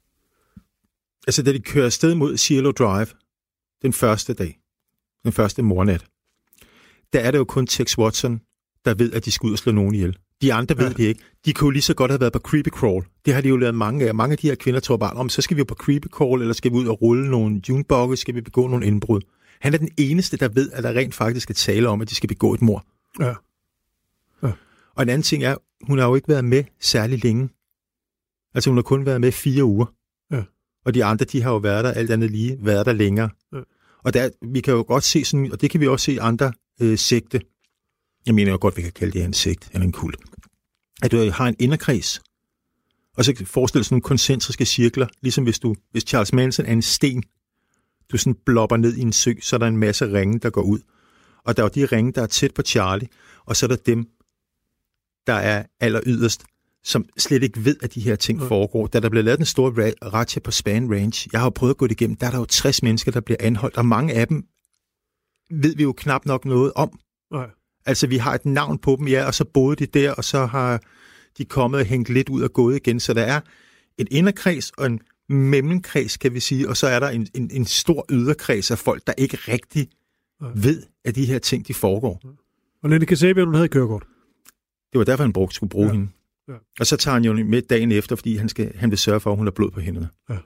Altså, da de kører afsted mod Cielo Drive, den første dag, den første mornat, der er det jo kun Tex Watson, der ved, at de skal ud og slå nogen ihjel. De andre ved ja. det ikke. De kunne lige så godt have været på creepy crawl. Det har de jo lavet mange af. Mange af de her kvinder tror bare, om så skal vi jo på creepy crawl, eller skal vi ud og rulle nogle junebugge, skal vi begå nogle indbrud. Han er den eneste, der ved, at der rent faktisk skal tale om, at de skal begå et mord. Ja. Ja. Og en anden ting er, hun har jo ikke været med særlig længe. Altså hun har kun været med fire uger. Ja. Og de andre, de har jo været der, alt andet lige, været der længere. Ja. Og der, vi kan jo godt se sådan, og det kan vi også se i andre øh, sekte. Jeg mener jo godt, vi kan kalde det en sekt eller en kult. At du har en inderkreds, og så forestil dig sådan nogle koncentriske cirkler, ligesom hvis du, hvis Charles Manson er en sten, du sådan blopper ned i en sø, så er der en masse ringe, der går ud. Og der er jo de ringe, der er tæt på Charlie, og så er der dem, der er aller yderst, som slet ikke ved, at de her ting foregår. Da der blev lavet den store razzia på Span Ranch, jeg har jo prøvet at gå det igennem, der er der jo tres mennesker, der bliver anholdt, og mange af dem ved vi jo knap nok noget om. Nej. Altså, vi har et navn på dem, ja, og så boede de der, og så har de kommet og hængt lidt ud og gået igen. Så der er en inderkreds og en mellemkreds, kan vi sige, og så er der en, en, en stor yderkreds af folk, der ikke rigtig ja. ved, at de her ting, de foregår. Ja. Og Linda Kasabian, hun havde kørekort. Det var derfor, han brugte, skulle bruge ja. hende. Ja. Og så tager han jo med dagen efter, fordi han, skal, han vil sørge for, at hun har blod på hænderne. Ja.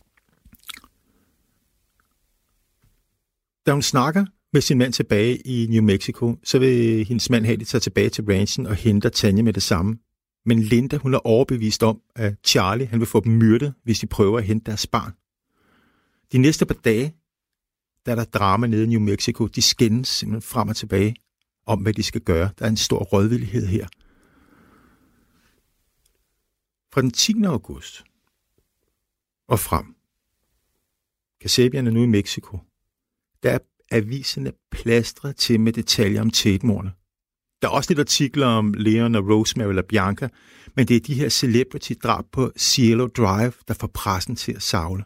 Da hun snakker med sin mand tilbage i New Mexico, så vil hendes mand have, de tager tilbage til ranchen og henter Tanya med det samme. Men Linda, hun er overbevist om, at Charlie, han vil få dem myrdet, hvis de prøver at hente deres barn. De næste par dage, der er der drama nede i New Mexico. De skændes simpelthen frem og tilbage om, hvad de skal gøre. Der er en stor rådvillighed her. Fra den tiende august og frem, Kasabian er nu i Mexico, der er aviserne plastret til med detaljer om Tate-mordene. Der er også lidt artikler om Leon og Rosemary eller Bianca, men det er de her celebrity-drab på Cielo Drive, der får pressen til at savle.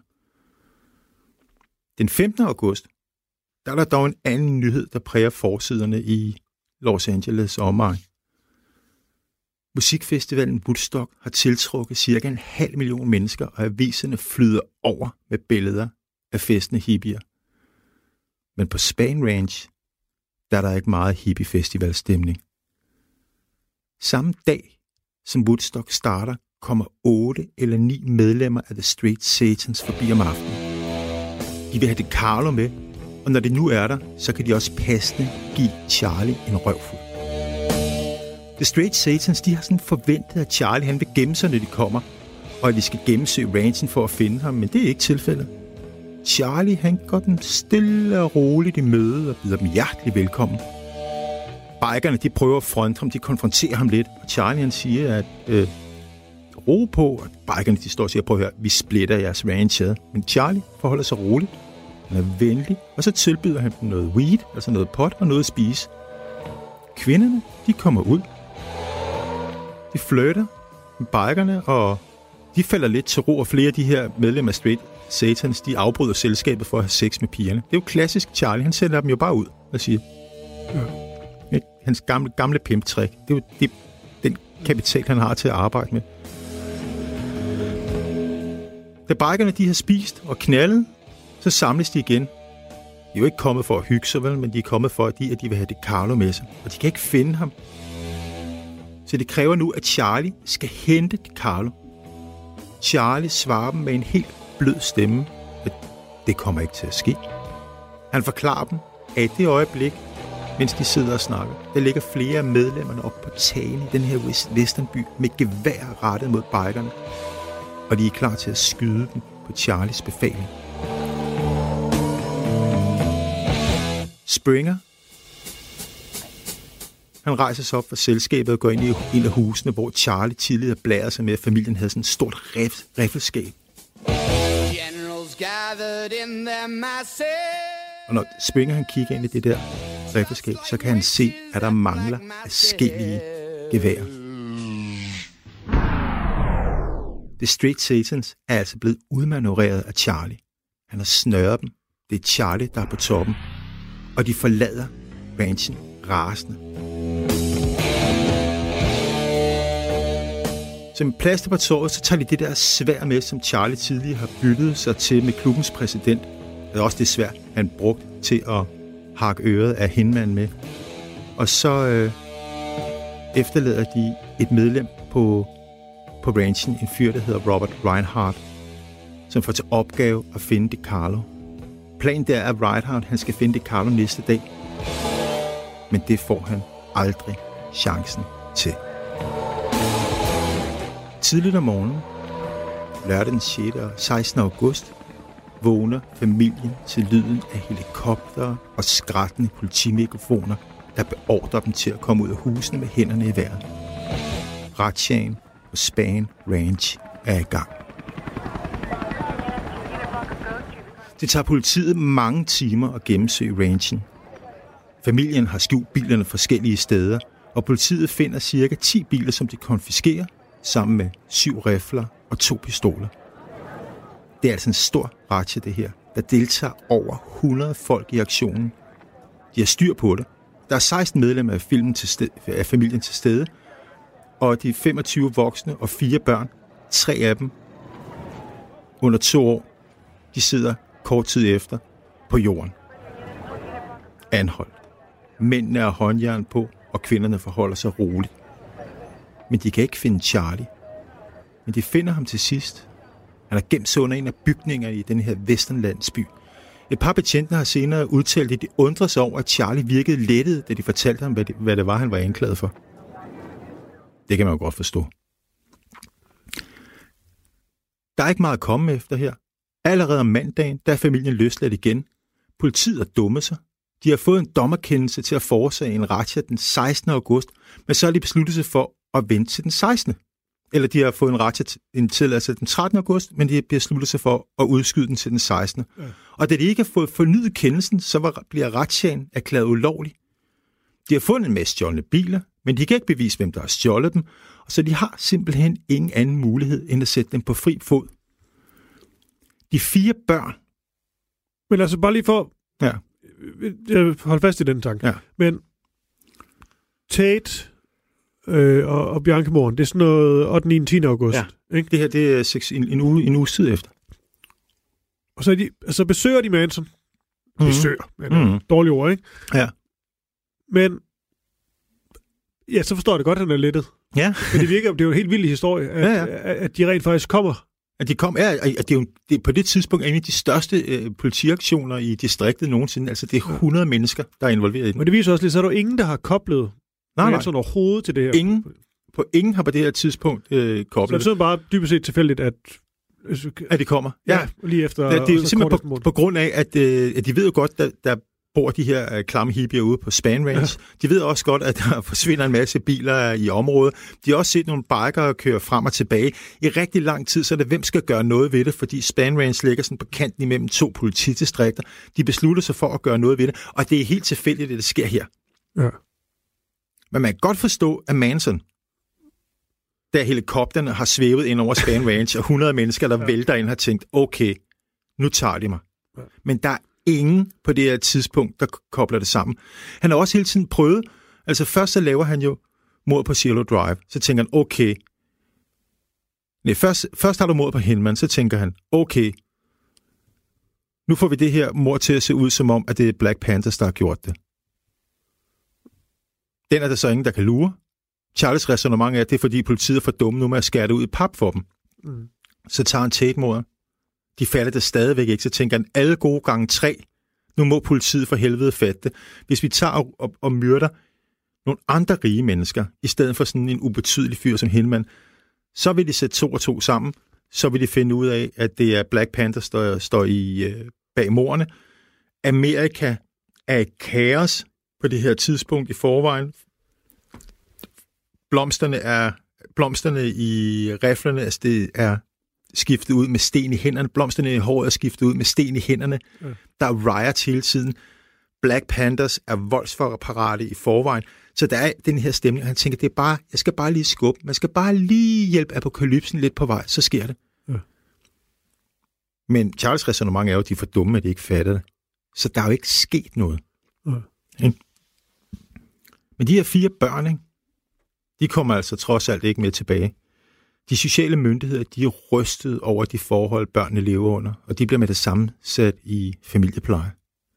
Den femtende august, der er der dog en anden nyhed, der præger forsiderne i Los Angeles omegn. Musikfestivalen Woodstock har tiltrukket cirka en halv million mennesker, og aviserne flyder over med billeder af festende hippier. Men på Spahn Ranch, der er der ikke meget hippie-festivalstemning. Samme dag, som Woodstock starter, kommer otte eller ni medlemmer af The Straight Satans forbi om aftenen. De vil have det Carlo med, og når det nu er der, så kan de også passende give Charlie en røvfuld. The Straight Satans, de har sådan forventet, at Charlie han vil gemme sig, når de kommer, og at de skal gennemsøge ranchen for at finde ham, men det er ikke tilfældet. Charlie, han går dem stille og roligt i møde og byder dem hjertelig velkommen. Bikerne, de prøver at fronte ham, de konfronterer ham lidt, og Charlie, han siger, at øh, ro på, og bikerne, de står og siger, prøv at høre, vi splitter jeres ranch ad. Men Charlie forholder sig roligt, han er venlig, og så tilbyder han dem noget weed, altså noget pot og noget at spise. Kvinderne, de kommer ud, de flirter med bikerne, og de falder lidt til ro, og flere af de her medlemmer af Straight Satans, de afbryder selskabet for at have sex med pigerne. Det er jo klassisk Charlie, han sender dem jo bare ud og siger, ja. Hans gamle, gamle pimp-trick. Det er jo det, den kapital, han har til at arbejde med. Da bikerne, de har spist og knaldet, så samles de igen. De er jo ikke kommet for at hygge sig, vel, men de er kommet for, at de, at de vil have det Carlo med sig. Og de kan ikke finde ham. Så det kræver nu, at Charlie skal hente det Carlo. Charlie svarer dem med en helt blød stemme, at det kommer ikke til at ske. Han forklarer dem, at i det øjeblik, mens de sidder og snakker, der ligger flere af medlemmerne op på tagen i den her westernby med gevær rettet mod bikerne, og de er klar til at skyde dem på Charlies befaling. Springer, han rejser sig op fra selskabet og går ind i en af husene, hvor Charlie tidligere blærede sig med, at familien havde sådan et stort rif- riffelskab. Og når Springer han kigger ind i det der riffelskab, så kan han se, at der mangler adskillige geværer. The Straight Satans er altså blevet udmanøvreret af Charlie. Han har snøret dem. Det er Charlie, der er på toppen. Og de forlader ranchen rasende. Som plaster på såret, så tager de det der sværd med, som Charlie tidligere har byttet sig til med klubbens præsident. Det er også det sværd, han brugte til at hakke øret af hindmanden med. Og så øh, efterlader de et medlem på, på ranchen, en fyr, der hedder Robert Reinhardt, som får til opgave at finde det Carlo. Planen der er, at Reinhardt han skal finde det Carlo næste dag. Men det får han aldrig chancen til. Tidligt om morgenen, lørdag den sjette og sekstende august, vågner familien til lyden af helikoptere og skrattende politimikrofoner, der beordrer dem til at komme ud af husene med hænderne i vejret. Razziaen på Spahn Ranch er i gang. Det tager politiet mange timer at gennemsøge ranchen. Familien har skjult bilerne forskellige steder, og politiet finder cirka ti biler, som de konfiskerer, sammen med syv rifler og to pistoler. Det er altså en stor razzia, det her. Der deltager over hundrede folk i aktionen. De har styr på det. Der er seksten medlemmer af, filmen til stede, af familien til stede, og de femogtyve voksne og fire børn, tre af dem under to år, de sidder kort tid efter på jorden. Anholdt. Mændene er håndjern på, og kvinderne forholder sig roligt. Men de kan ikke finde Charlie. Men de finder ham til sidst. Han er gemt sig under en af bygningerne i den her westernlandsby. Et par betjente har senere udtalt, at de undrer sig over, at Charlie virkede lettet, da de fortalte ham, hvad det, hvad det var, han var anklaget for. Det kan man jo godt forstå. Der er ikke meget at komme efter her. Allerede om mandagen, der er familien løsladt igen. Politiet er dumme sig. De har fået en dommerkendelse til at forårsage en razzia den sekstende august, men så har de besluttet sig for at vente til den sekstende Eller de har fået en razzia en tilladelse den trettende august, men de har besluttet sig for at udskyde den til den sekstende Ja. Og da de ikke har fået fornyet kendelsen, så var, bliver razziaen erklæret ulovlig. De har fundet en masse stjålne biler, men de kan ikke bevise, hvem der har stjålet dem, og så de har simpelthen ingen anden mulighed, end at sætte dem på fri fod. De fire børn... Men altså bare lige for... Ja. Jeg holder fast i den tanke. Ja. Men Tate øh, og, og Bianca Moren, det er sådan noget ottende niende tiende august. Ja. Ikke? Det her, det er seks, en, en, uge, en uge tid efter. Og så, er de, altså besøger de Manson. Mm. Besøger. Men, Mm. dårlige ord, ikke? Ja. Men ja, så forstår jeg det godt, at han er lettet. Ja. Men det virker, det er jo en helt vild historie, at, Ja, ja. at, at de rent faktisk kommer. At de kom, ja, at det er jo det er på det tidspunkt en af de største øh, politiaktioner i distriktet nogensinde. Altså, det er hundrede mennesker, der er involveret i den. Men det viser også lidt, så er der jo ingen, der har koblet Nej, nej. Manson overhovedet til det her. Ingen, på ingen har på det her tidspunkt øh, Så koblet det er bare dybest set tilfældigt, at... at de kommer. Ja, ja lige efter... Det, det er jo simpelthen på, på, på grund af, at, øh, at de ved jo godt, at der bor de her øh, klamme hippier ude på Span Range. Ja. De ved også godt, at der forsvinder en masse biler i området. De har også set nogle bikere køre frem og tilbage. I rigtig lang tid, så er det, hvem skal gøre noget ved det, fordi Span Range ligger sådan på kanten imellem to politidistrikter. De beslutter sig for at gøre noget ved det, og det er helt tilfældigt, at det sker her. Ja. Men man kan godt forstå, at Manson, da helikopterne har svævet ind over Span Range, og hundrede mennesker, der ja. vælter ind, har tænkt, okay, nu tager de mig. Ja. Men der er ingen på det her tidspunkt, der kobler det sammen. Han har også hele tiden prøvet, altså først så laver han jo mord på Cielo Drive, så tænker han, okay, nej, først, først har du mord på Hinman, så tænker han, okay, nu får vi det her mord til at se ud som om, at det er Black Panthers, der har gjort det. Den er der så ingen, der kan lure. Charles' ræsonnement er, at det er fordi politiet er for dumme nu med at skære det ud i pap for dem. Mm. Så tager han Tate-mordet. De falder det stadigvæk ikke, så tænker han, alle gode gange tre, nu må politiet for helvede fatte det. Hvis vi tager og, og, og myrder nogle andre rige mennesker, i stedet for sådan en ubetydelig fyr som Hillman, så vil de sætte to og to sammen, så vil de finde ud af, at det er Black Panthers, der står i, øh, bag mordene. Amerika er et kaos på det her tidspunkt i forvejen. Blomsterne er blomsterne i riflerne, altså det er skiftet ud med sten i hænderne. Blomsterne i håret er skiftet ud med sten i hænderne. Ja. Der er riots hele tiden. Black Panthers er voldsparate i forvejen. Så der er den her stemning, og han tænker, det er bare, jeg skal bare lige skubbe. Man skal bare lige hjælpe apokalypsen lidt på vej, så sker det. Ja. Men Charles' ræsonnement er jo, at de er for dumme, at de ikke fatter det. Så der er jo ikke sket noget. Ja. Ja. Men de her fire børn, ikke? De kommer altså trods alt ikke med tilbage. De sociale myndigheder, de er rystet over de forhold, børnene lever under, og de bliver med det samme sat i familiepleje.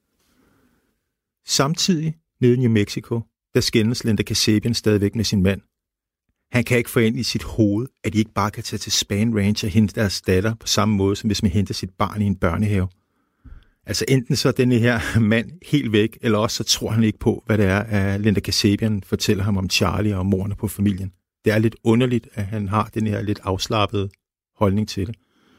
Samtidig nede i New Mexico, der skændes Linda Kasabian stadigvæk med sin mand. Han kan ikke få ind i sit hoved, at de ikke bare kan tage til Span Range og hente deres datter på samme måde, som hvis man henter sit barn i en børnehave. Altså enten så er denne her mand helt væk, eller også så tror han ikke på, hvad det er, at Linda Kasabian fortæller ham om Charlie og morerne på familien. Det er lidt underligt, at han har den her lidt afslappede holdning til det.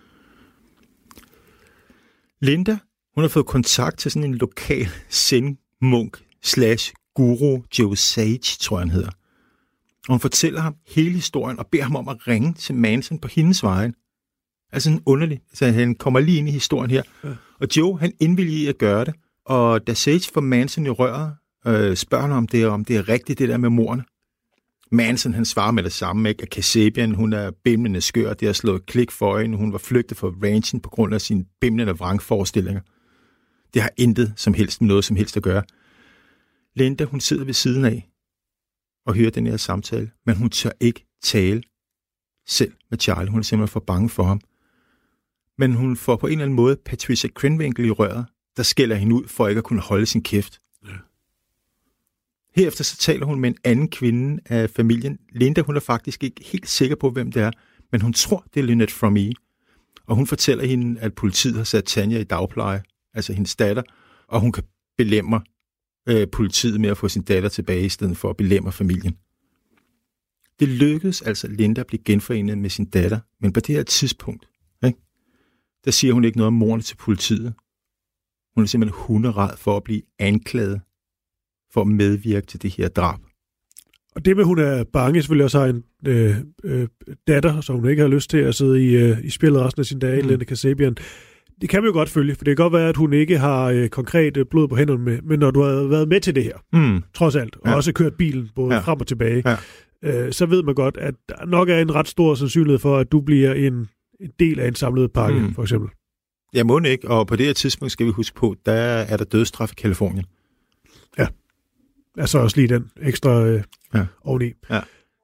Linda, hun har fået kontakt til sådan en lokal zen-munk slash guru, Joe Sage, tror jeg han hedder. Og hun fortæller ham hele historien og beder ham om at ringe til Manson på hendes vejen. Altså sådan underligt. Så han kommer lige ind i historien her. Ja. Og Joe, han indvilliger at gøre det. Og da Sage får Manson i røret, øh, spørger han om det, om det er rigtigt, det der med mordene. Manson, han svarer med det samme, ikke? At Kasabian, hun er bimlende skør, det har slået klik for hende, hun var flygtet fra ranchen på grund af sine bimlende vrangforestillinger. Det har intet som helst med noget som helst at gøre. Linda, hun sidder ved siden af og hører den her samtale, men hun tør ikke tale selv med Charlie. Hun er simpelthen for bange for ham. Men hun får på en eller anden måde Patricia Krenwinkel i røret, der skælder hende ud for ikke at kunne holde sin kæft. Ja. Herefter så taler hun med en anden kvinde af familien. Linda, hun er faktisk ikke helt sikker på, hvem det er, men hun tror, det er Lynette Fromee. Og hun fortæller hende, at politiet har sat Tanya i dagpleje, altså hendes datter, og hun kan belemre øh, politiet med at få sin datter tilbage, i stedet for at belemre familien. Det lykkedes altså Linda at blive genforenet med sin datter, men på det her tidspunkt, ikke, der siger hun ikke noget om mordene til politiet. Hun er simpelthen hunderad for at blive anklaget for at medvirke til det her drab. Og det med, hun er bange, selvfølgelig også har en øh, øh, datter, som hun ikke har lyst til at sidde i, øh, i spillet resten af sin dage, mm. Linda Kasabian. det kan man jo godt følge, for det kan godt være, at hun ikke har øh, konkret øh, blod på hænderne med, men når du har været med til det her, mm. trods alt, og ja. også kørt bilen både ja. frem og tilbage, ja. øh, så ved man godt, at der nok er en ret stor sandsynlighed for, at du bliver en, en del af en samlet pakke, mm. for eksempel. Ja, må ikke, og på det her tidspunkt skal vi huske på, der er der dødsstraf i Kalifornien. Ja, altså også lige den ekstra øh, ja. oveni. Ja.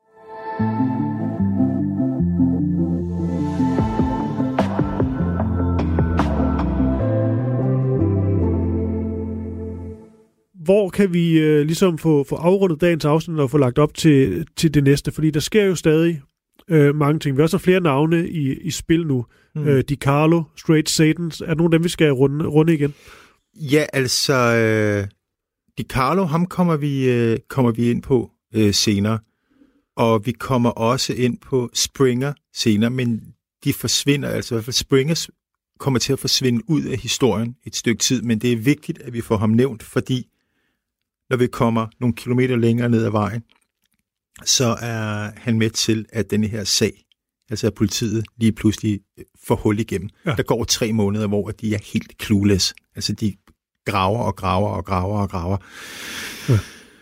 Hvor kan vi øh, ligesom få, få afrundet dagens afsnit og få lagt op til, til det næste? Fordi der sker jo stadig øh, mange ting. Vi har også flere navne i, i spil nu. Mm. Øh, DiCarlo, Straight Satans. Er der nogle af dem, vi skal runde, runde igen? Ja, altså... Øh, DiCarlo, ham kommer vi, øh, kommer vi ind på øh, senere. Og vi kommer også ind på Springer senere, men de forsvinder, altså i hvert fald Springer kommer til at forsvinde ud af historien et stykke tid, men det er vigtigt, at vi får ham nævnt, fordi når vi kommer nogle kilometer længere ned ad vejen, så er han med til, at denne her sag, altså at politiet lige pludselig får hul igennem. Ja. Der går tre måneder, hvor de er helt clueless. Altså de graver og graver og graver og graver. Ja.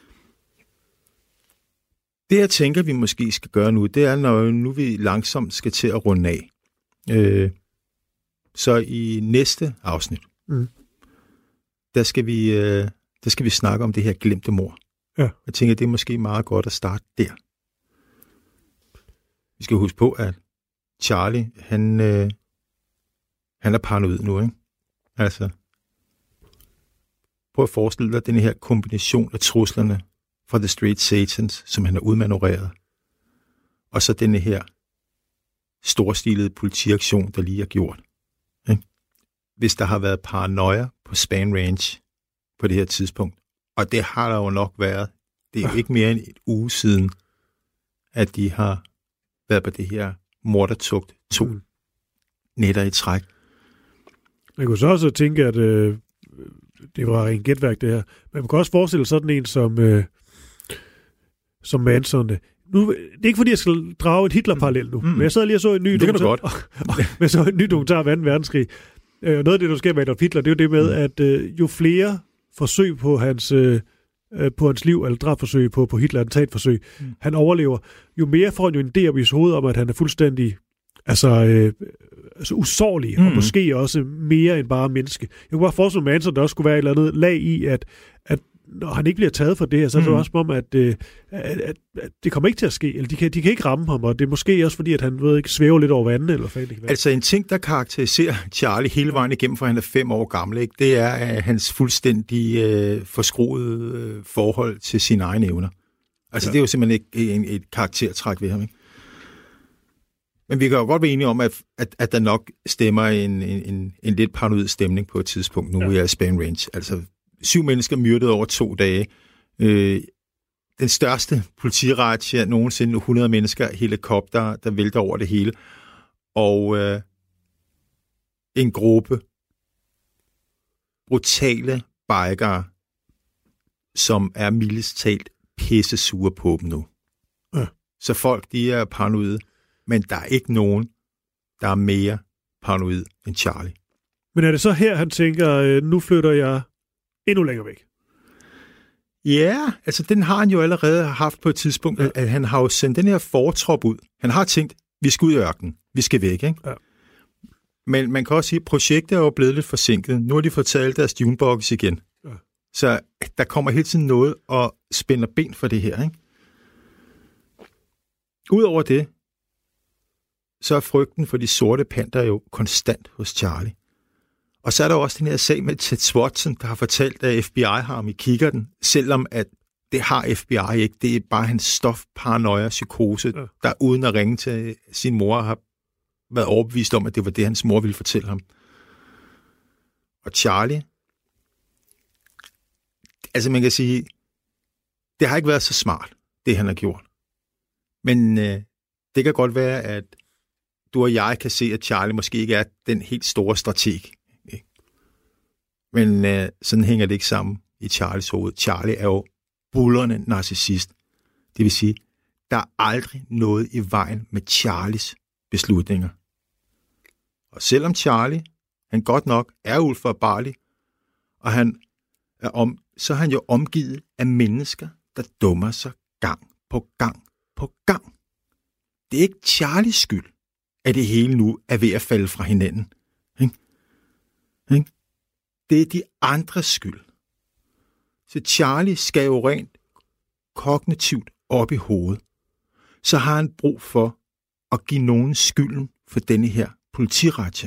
Det, jeg tænker, vi måske skal gøre nu, det er, når nu vi langsomt skal til at runde af. Øh, så i næste afsnit, mm. der skal vi... Øh, der skal vi snakke om det her glemte mord. Ja. Jeg tænker, det er måske meget godt at starte der. Vi skal huske på, at Charlie, han, øh, han er paranoid nu, ikke? Altså, prøv at forestille dig den her kombination af truslerne fra The Straight Satans, som han har udmanøvreret, og så denne her storstilede politiaktion, der lige er gjort. Ikke? Hvis der har været paranoia på Span Ranch på det her tidspunkt, og det har der jo nok været. Det er jo ikke mere end et uge siden, at de har været på det her mordertugt to mm. nætter i træk. Man kunne så også tænke, at øh, det var en gætværk, det her. Man kan også forestille sådan en som, øh, som Manson. Nu, det er ikke fordi, jeg skal drage et Hitler-parallel nu, mm. men jeg sad lige og så en ny det dokumentar. Det kan du godt. Men så en ny dokumentar om anden verdenskrig. Øh, noget af det, der sker med Adolf Hitler, det er jo det med, mm. at øh, jo flere forsøg på hans, øh, på hans liv, eller drabforsøg på, på Hitler, attentatforsøg, mm. han overlever, jo mere får han jo en idé op i hans hoved om, at han er fuldstændig altså, øh, altså usårlig, mm. og måske også mere end bare menneske. Jeg kunne bare forestille mig, at der også skulle være et eller andet lag i, at, at når han ikke bliver taget for det her, så er det mm. også som om, at, at, at, at det kommer ikke til at ske, eller de kan, de kan ikke ramme ham, og det er måske også fordi, at han ved ikke, svæver lidt over vandet, eller hvad det kan være. Altså en ting, der karakteriserer Charlie hele vejen igennem, for han er fem år gammel, ikke? Det er uh, hans fuldstændig øh, forskruede øh, forhold til sine egne evner. Altså ja. Det er jo simpelthen ikke en, et karaktertræk ved ham, ikke? Men vi kan jo godt være enige om, at, at, at der nok stemmer en, en, en, en lidt paranoid stemning på et tidspunkt nu ja. i Span Ranch. Altså syv mennesker myrdet over to dage. Øh, den største politirazzia nogensinde, hundrede mennesker, helikopter, der vælter over det hele. Og øh, en gruppe brutale bikere, som er mildest talt pisse sure på dem nu. Ja. Så folk, de er paranoide, men der er ikke nogen, der er mere paranoid end Charlie. Men er det så her, han tænker, nu flytter jeg endnu længere væk? Ja, altså den har han jo allerede haft på et tidspunkt, ja. at han har jo sendt den her fortrop ud. Han har tænkt, vi skal ud i ørkenen, vi skal væk, ikke? Ja. Men man kan også sige, at projektet er jo blevet lidt forsinket. Nu har de fortalt deres junebox igen. Ja. Så der kommer hele tiden noget og spænder ben for det her, ikke? Udover det, så er frygten for de sorte panter jo konstant hos Charlie. Og så er der også den her sag med Ted Swanson, der har fortalt, at F B I har ham i kikkerten, selvom at det har F B I ikke. Det er bare hans stofparanoia, psykose, ja. der uden at ringe til sin mor har været overbevist om, at det var det, hans mor ville fortælle ham. Og Charlie, altså man kan sige, det har ikke været så smart, det han har gjort. Men øh, det kan godt være, at du og jeg kan se, at Charlie måske ikke er den helt store strateg. Ikke? Men øh, sådan hænger det ikke sammen i Charlies hoved. Charlie er jo bullerne narcissist. Det vil sige, der er aldrig noget i vejen med Charlies beslutninger. Og selvom Charlie, han godt nok er uforbarlig, og han er om, så er han jo omgivet af mennesker, der dummer sig gang på gang på gang. Det er ikke Charlies skyld, at det hele nu er ved at falde fra hinanden. Ikke? Ikke? Det er de andres skyld. Så Charlie skal jo rent kognitivt op i hovedet. Så har han brug for at give nogen skylden for denne her politirazzia.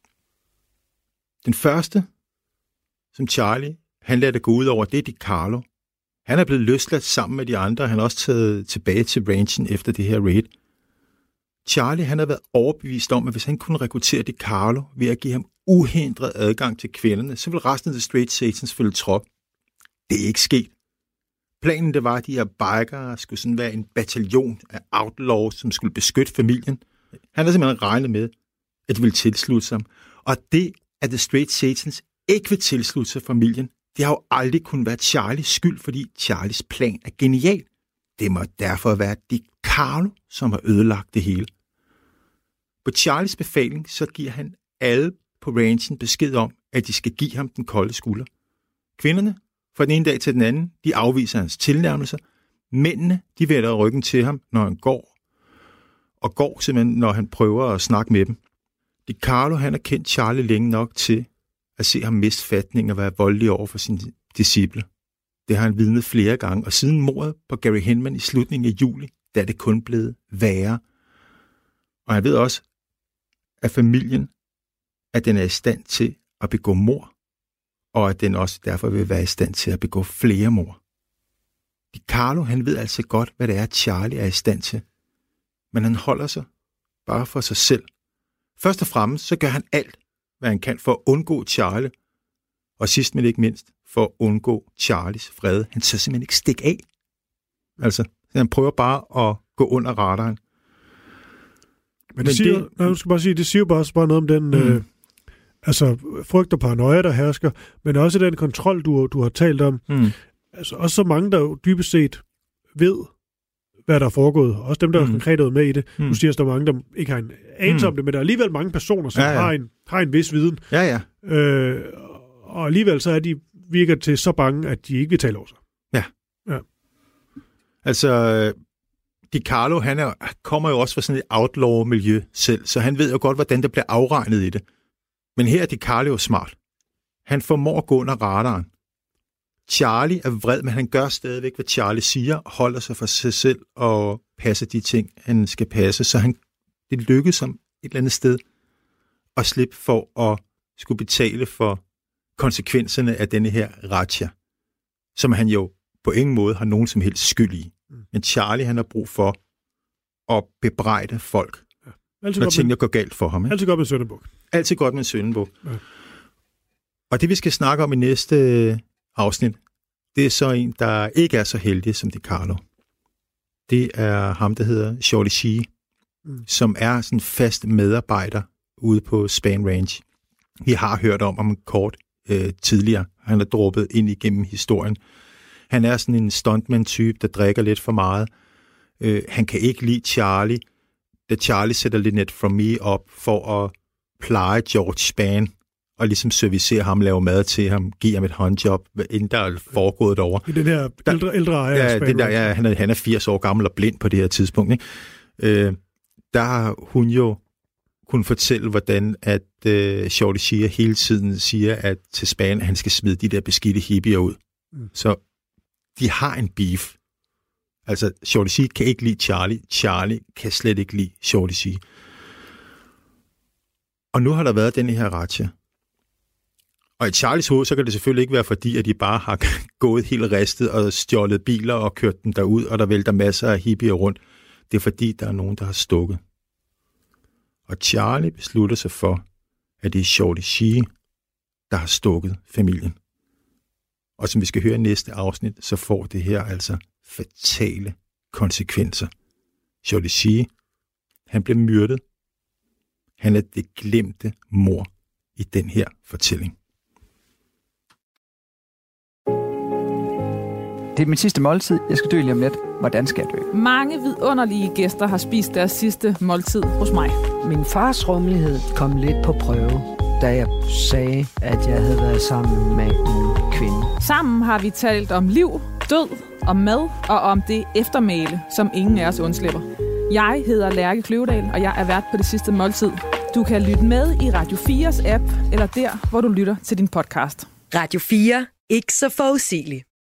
Den første, som Charlie, han lader det gå ud over, det er DiCarlo. Han er blevet løsladt sammen med de andre, han er også taget tilbage til ranchen efter det her raid. Charlie, han har været overbevist om, at hvis han kunne rekruttere DiCarlo ved at give ham uhindret adgang til kvinderne, så ville resten af The Straight Satans følge trop. Det er ikke sket. Planen det var, at de her bikere skulle sådan være en bataljon af outlaws, som skulle beskytte familien. Han har simpelthen regnet med, at de ville tilslutte sig. Og det, at The Straight Satans ikke vil tilslutte sig familien, det har jo aldrig kunnet være Charlies skyld, fordi Charlies plan er genial. Det må derfor være DiCarlo, som har ødelagt det hele. På Charlies befaling, så giver han alle på ranchen besked om, at de skal give ham den kolde skulder. Kvinderne, fra den ene dag til den anden, de afviser hans tilnærmelser. Mændene, de vender ryggen til ham, når han går. Og går simpelthen, når han prøver at snakke med dem. DiCarlo, han har kendt Charlie længe nok til at se ham miste fatning og være voldelig over for sine disciple. Det har han vidnet flere gange, og siden mordet på Gary Hinman i slutningen af juli, der er det kun blevet værre. Og han ved også, at familien, at den er i stand til at begå mord, og at den også derfor vil være i stand til at begå flere mord. DiCarlo, han ved altså godt, hvad det er, Charlie er i stand til. Men han holder sig bare for sig selv. Først og fremmest, så gør han alt, hvad han kan for at undgå Charlie, og sidst men ikke mindst, for at undgå Charlies fred. Han tør simpelthen ikke stikke af. Altså, han prøver bare at gå under radaren. Men det, Men siger, det, nej, skal bare sige, det siger bare, bare noget om den mm. øh, altså, frygt og paranoia, der hersker, men også den kontrol, du, du har talt om. Mm. Altså, også så mange, der jo dybest set ved, hvad der er foregået. Også dem, der mm. er konkret med i det. Mm. Du siger, at der er mange, der ikke har en anelse mm. om det, men der er alligevel mange personer, som ja, ja. Har, en, har en vis viden. Ja, ja. Øh, og alligevel så er de virker til så bange, at de ikke vil tale over sig. Ja. Ja. Altså, DiCarlo, han er, kommer jo også fra sådan et outlaw-miljø selv, så han ved jo godt, hvordan der bliver afregnet i det. Men her er DiCarlo jo smart. Han formår at gå under radaren. Charlie er vred, men han gør stadigvæk, hvad Charlie siger, holder sig for sig selv og passer de ting, han skal passe. Så han, det lykkes som et eller andet sted at slippe for at skulle betale for konsekvenserne af denne her razzia, som han jo på ingen måde har nogen som helst skyld i. Mm. Men Charlie, han har brug for at bebrejde folk, ja. Når tingene går galt for ham. Ikke? Altid godt med en søndebuk. Altid godt med en søndebuk. Ja. Og det, vi skal snakke om i næste afsnit, det er så en, der ikke er så heldig som DiCarlo. Det er ham, der hedder Shorty Shee, mm. som er sådan en fast medarbejder ude på Span Ranch. Vi har hørt om ham kort øh, tidligere. Han er droppet ind igennem historien. Han er sådan en stuntman-type, der drikker lidt for meget. Øh, han kan ikke lide Charlie. Da Charlie sætter Lynette From Me op for at pleje George Span, og ligesom servicere ham, lave mad til ham, give ham et håndjob, inden der er foregået over. I den her ældre, ældre ejer. Ja, den der, ja han, er, han er firs år gammel og blind på det her tidspunkt. Ikke? Øh, der har hun jo kunne fortælle, hvordan at øh, Shorty Shee hele tiden siger, at til Span, at han skal smide de der beskidte hippier ud. Mm. Så de har en beef. Altså, Shorty Shee kan ikke lide Charlie. Charlie kan slet ikke lide Shorty Shee. Og nu har der været denne her razzia. Og i Charlies hoved, så kan det selvfølgelig ikke være fordi, at de bare har gået helt ristet og stjålet biler og kørt dem derud, og der vælter masser af hippier rundt. Det er fordi, der er nogen, der har stukket. Og Charlie beslutter sig for, at det er Shorty Shee, der har stukket familien. Og som vi skal høre i næste afsnit, så får det her altså fatale konsekvenser. Shorty Shee, han blev myrdet. Han er det glemte mor i den her fortælling. Det er min sidste måltid. Jeg skal dø lige om lidt. Hvordan skal jeg dø? Mange vidunderlige gæster har spist deres sidste måltid hos mig. Min fars rummelighed kom lidt på prøve. da jeg sagde, at jeg havde været sammen med en kvinde. Sammen har vi talt om liv, død, om mad og om det eftermæle, som ingen af os undslipper. Jeg hedder Lærke Kløvedal, og jeg er vært på Det Sidste Måltid. Du kan lytte med i Radio fires app, eller der, hvor du lytter til din podcast. Radio fire. Ikke så forudsigeligt.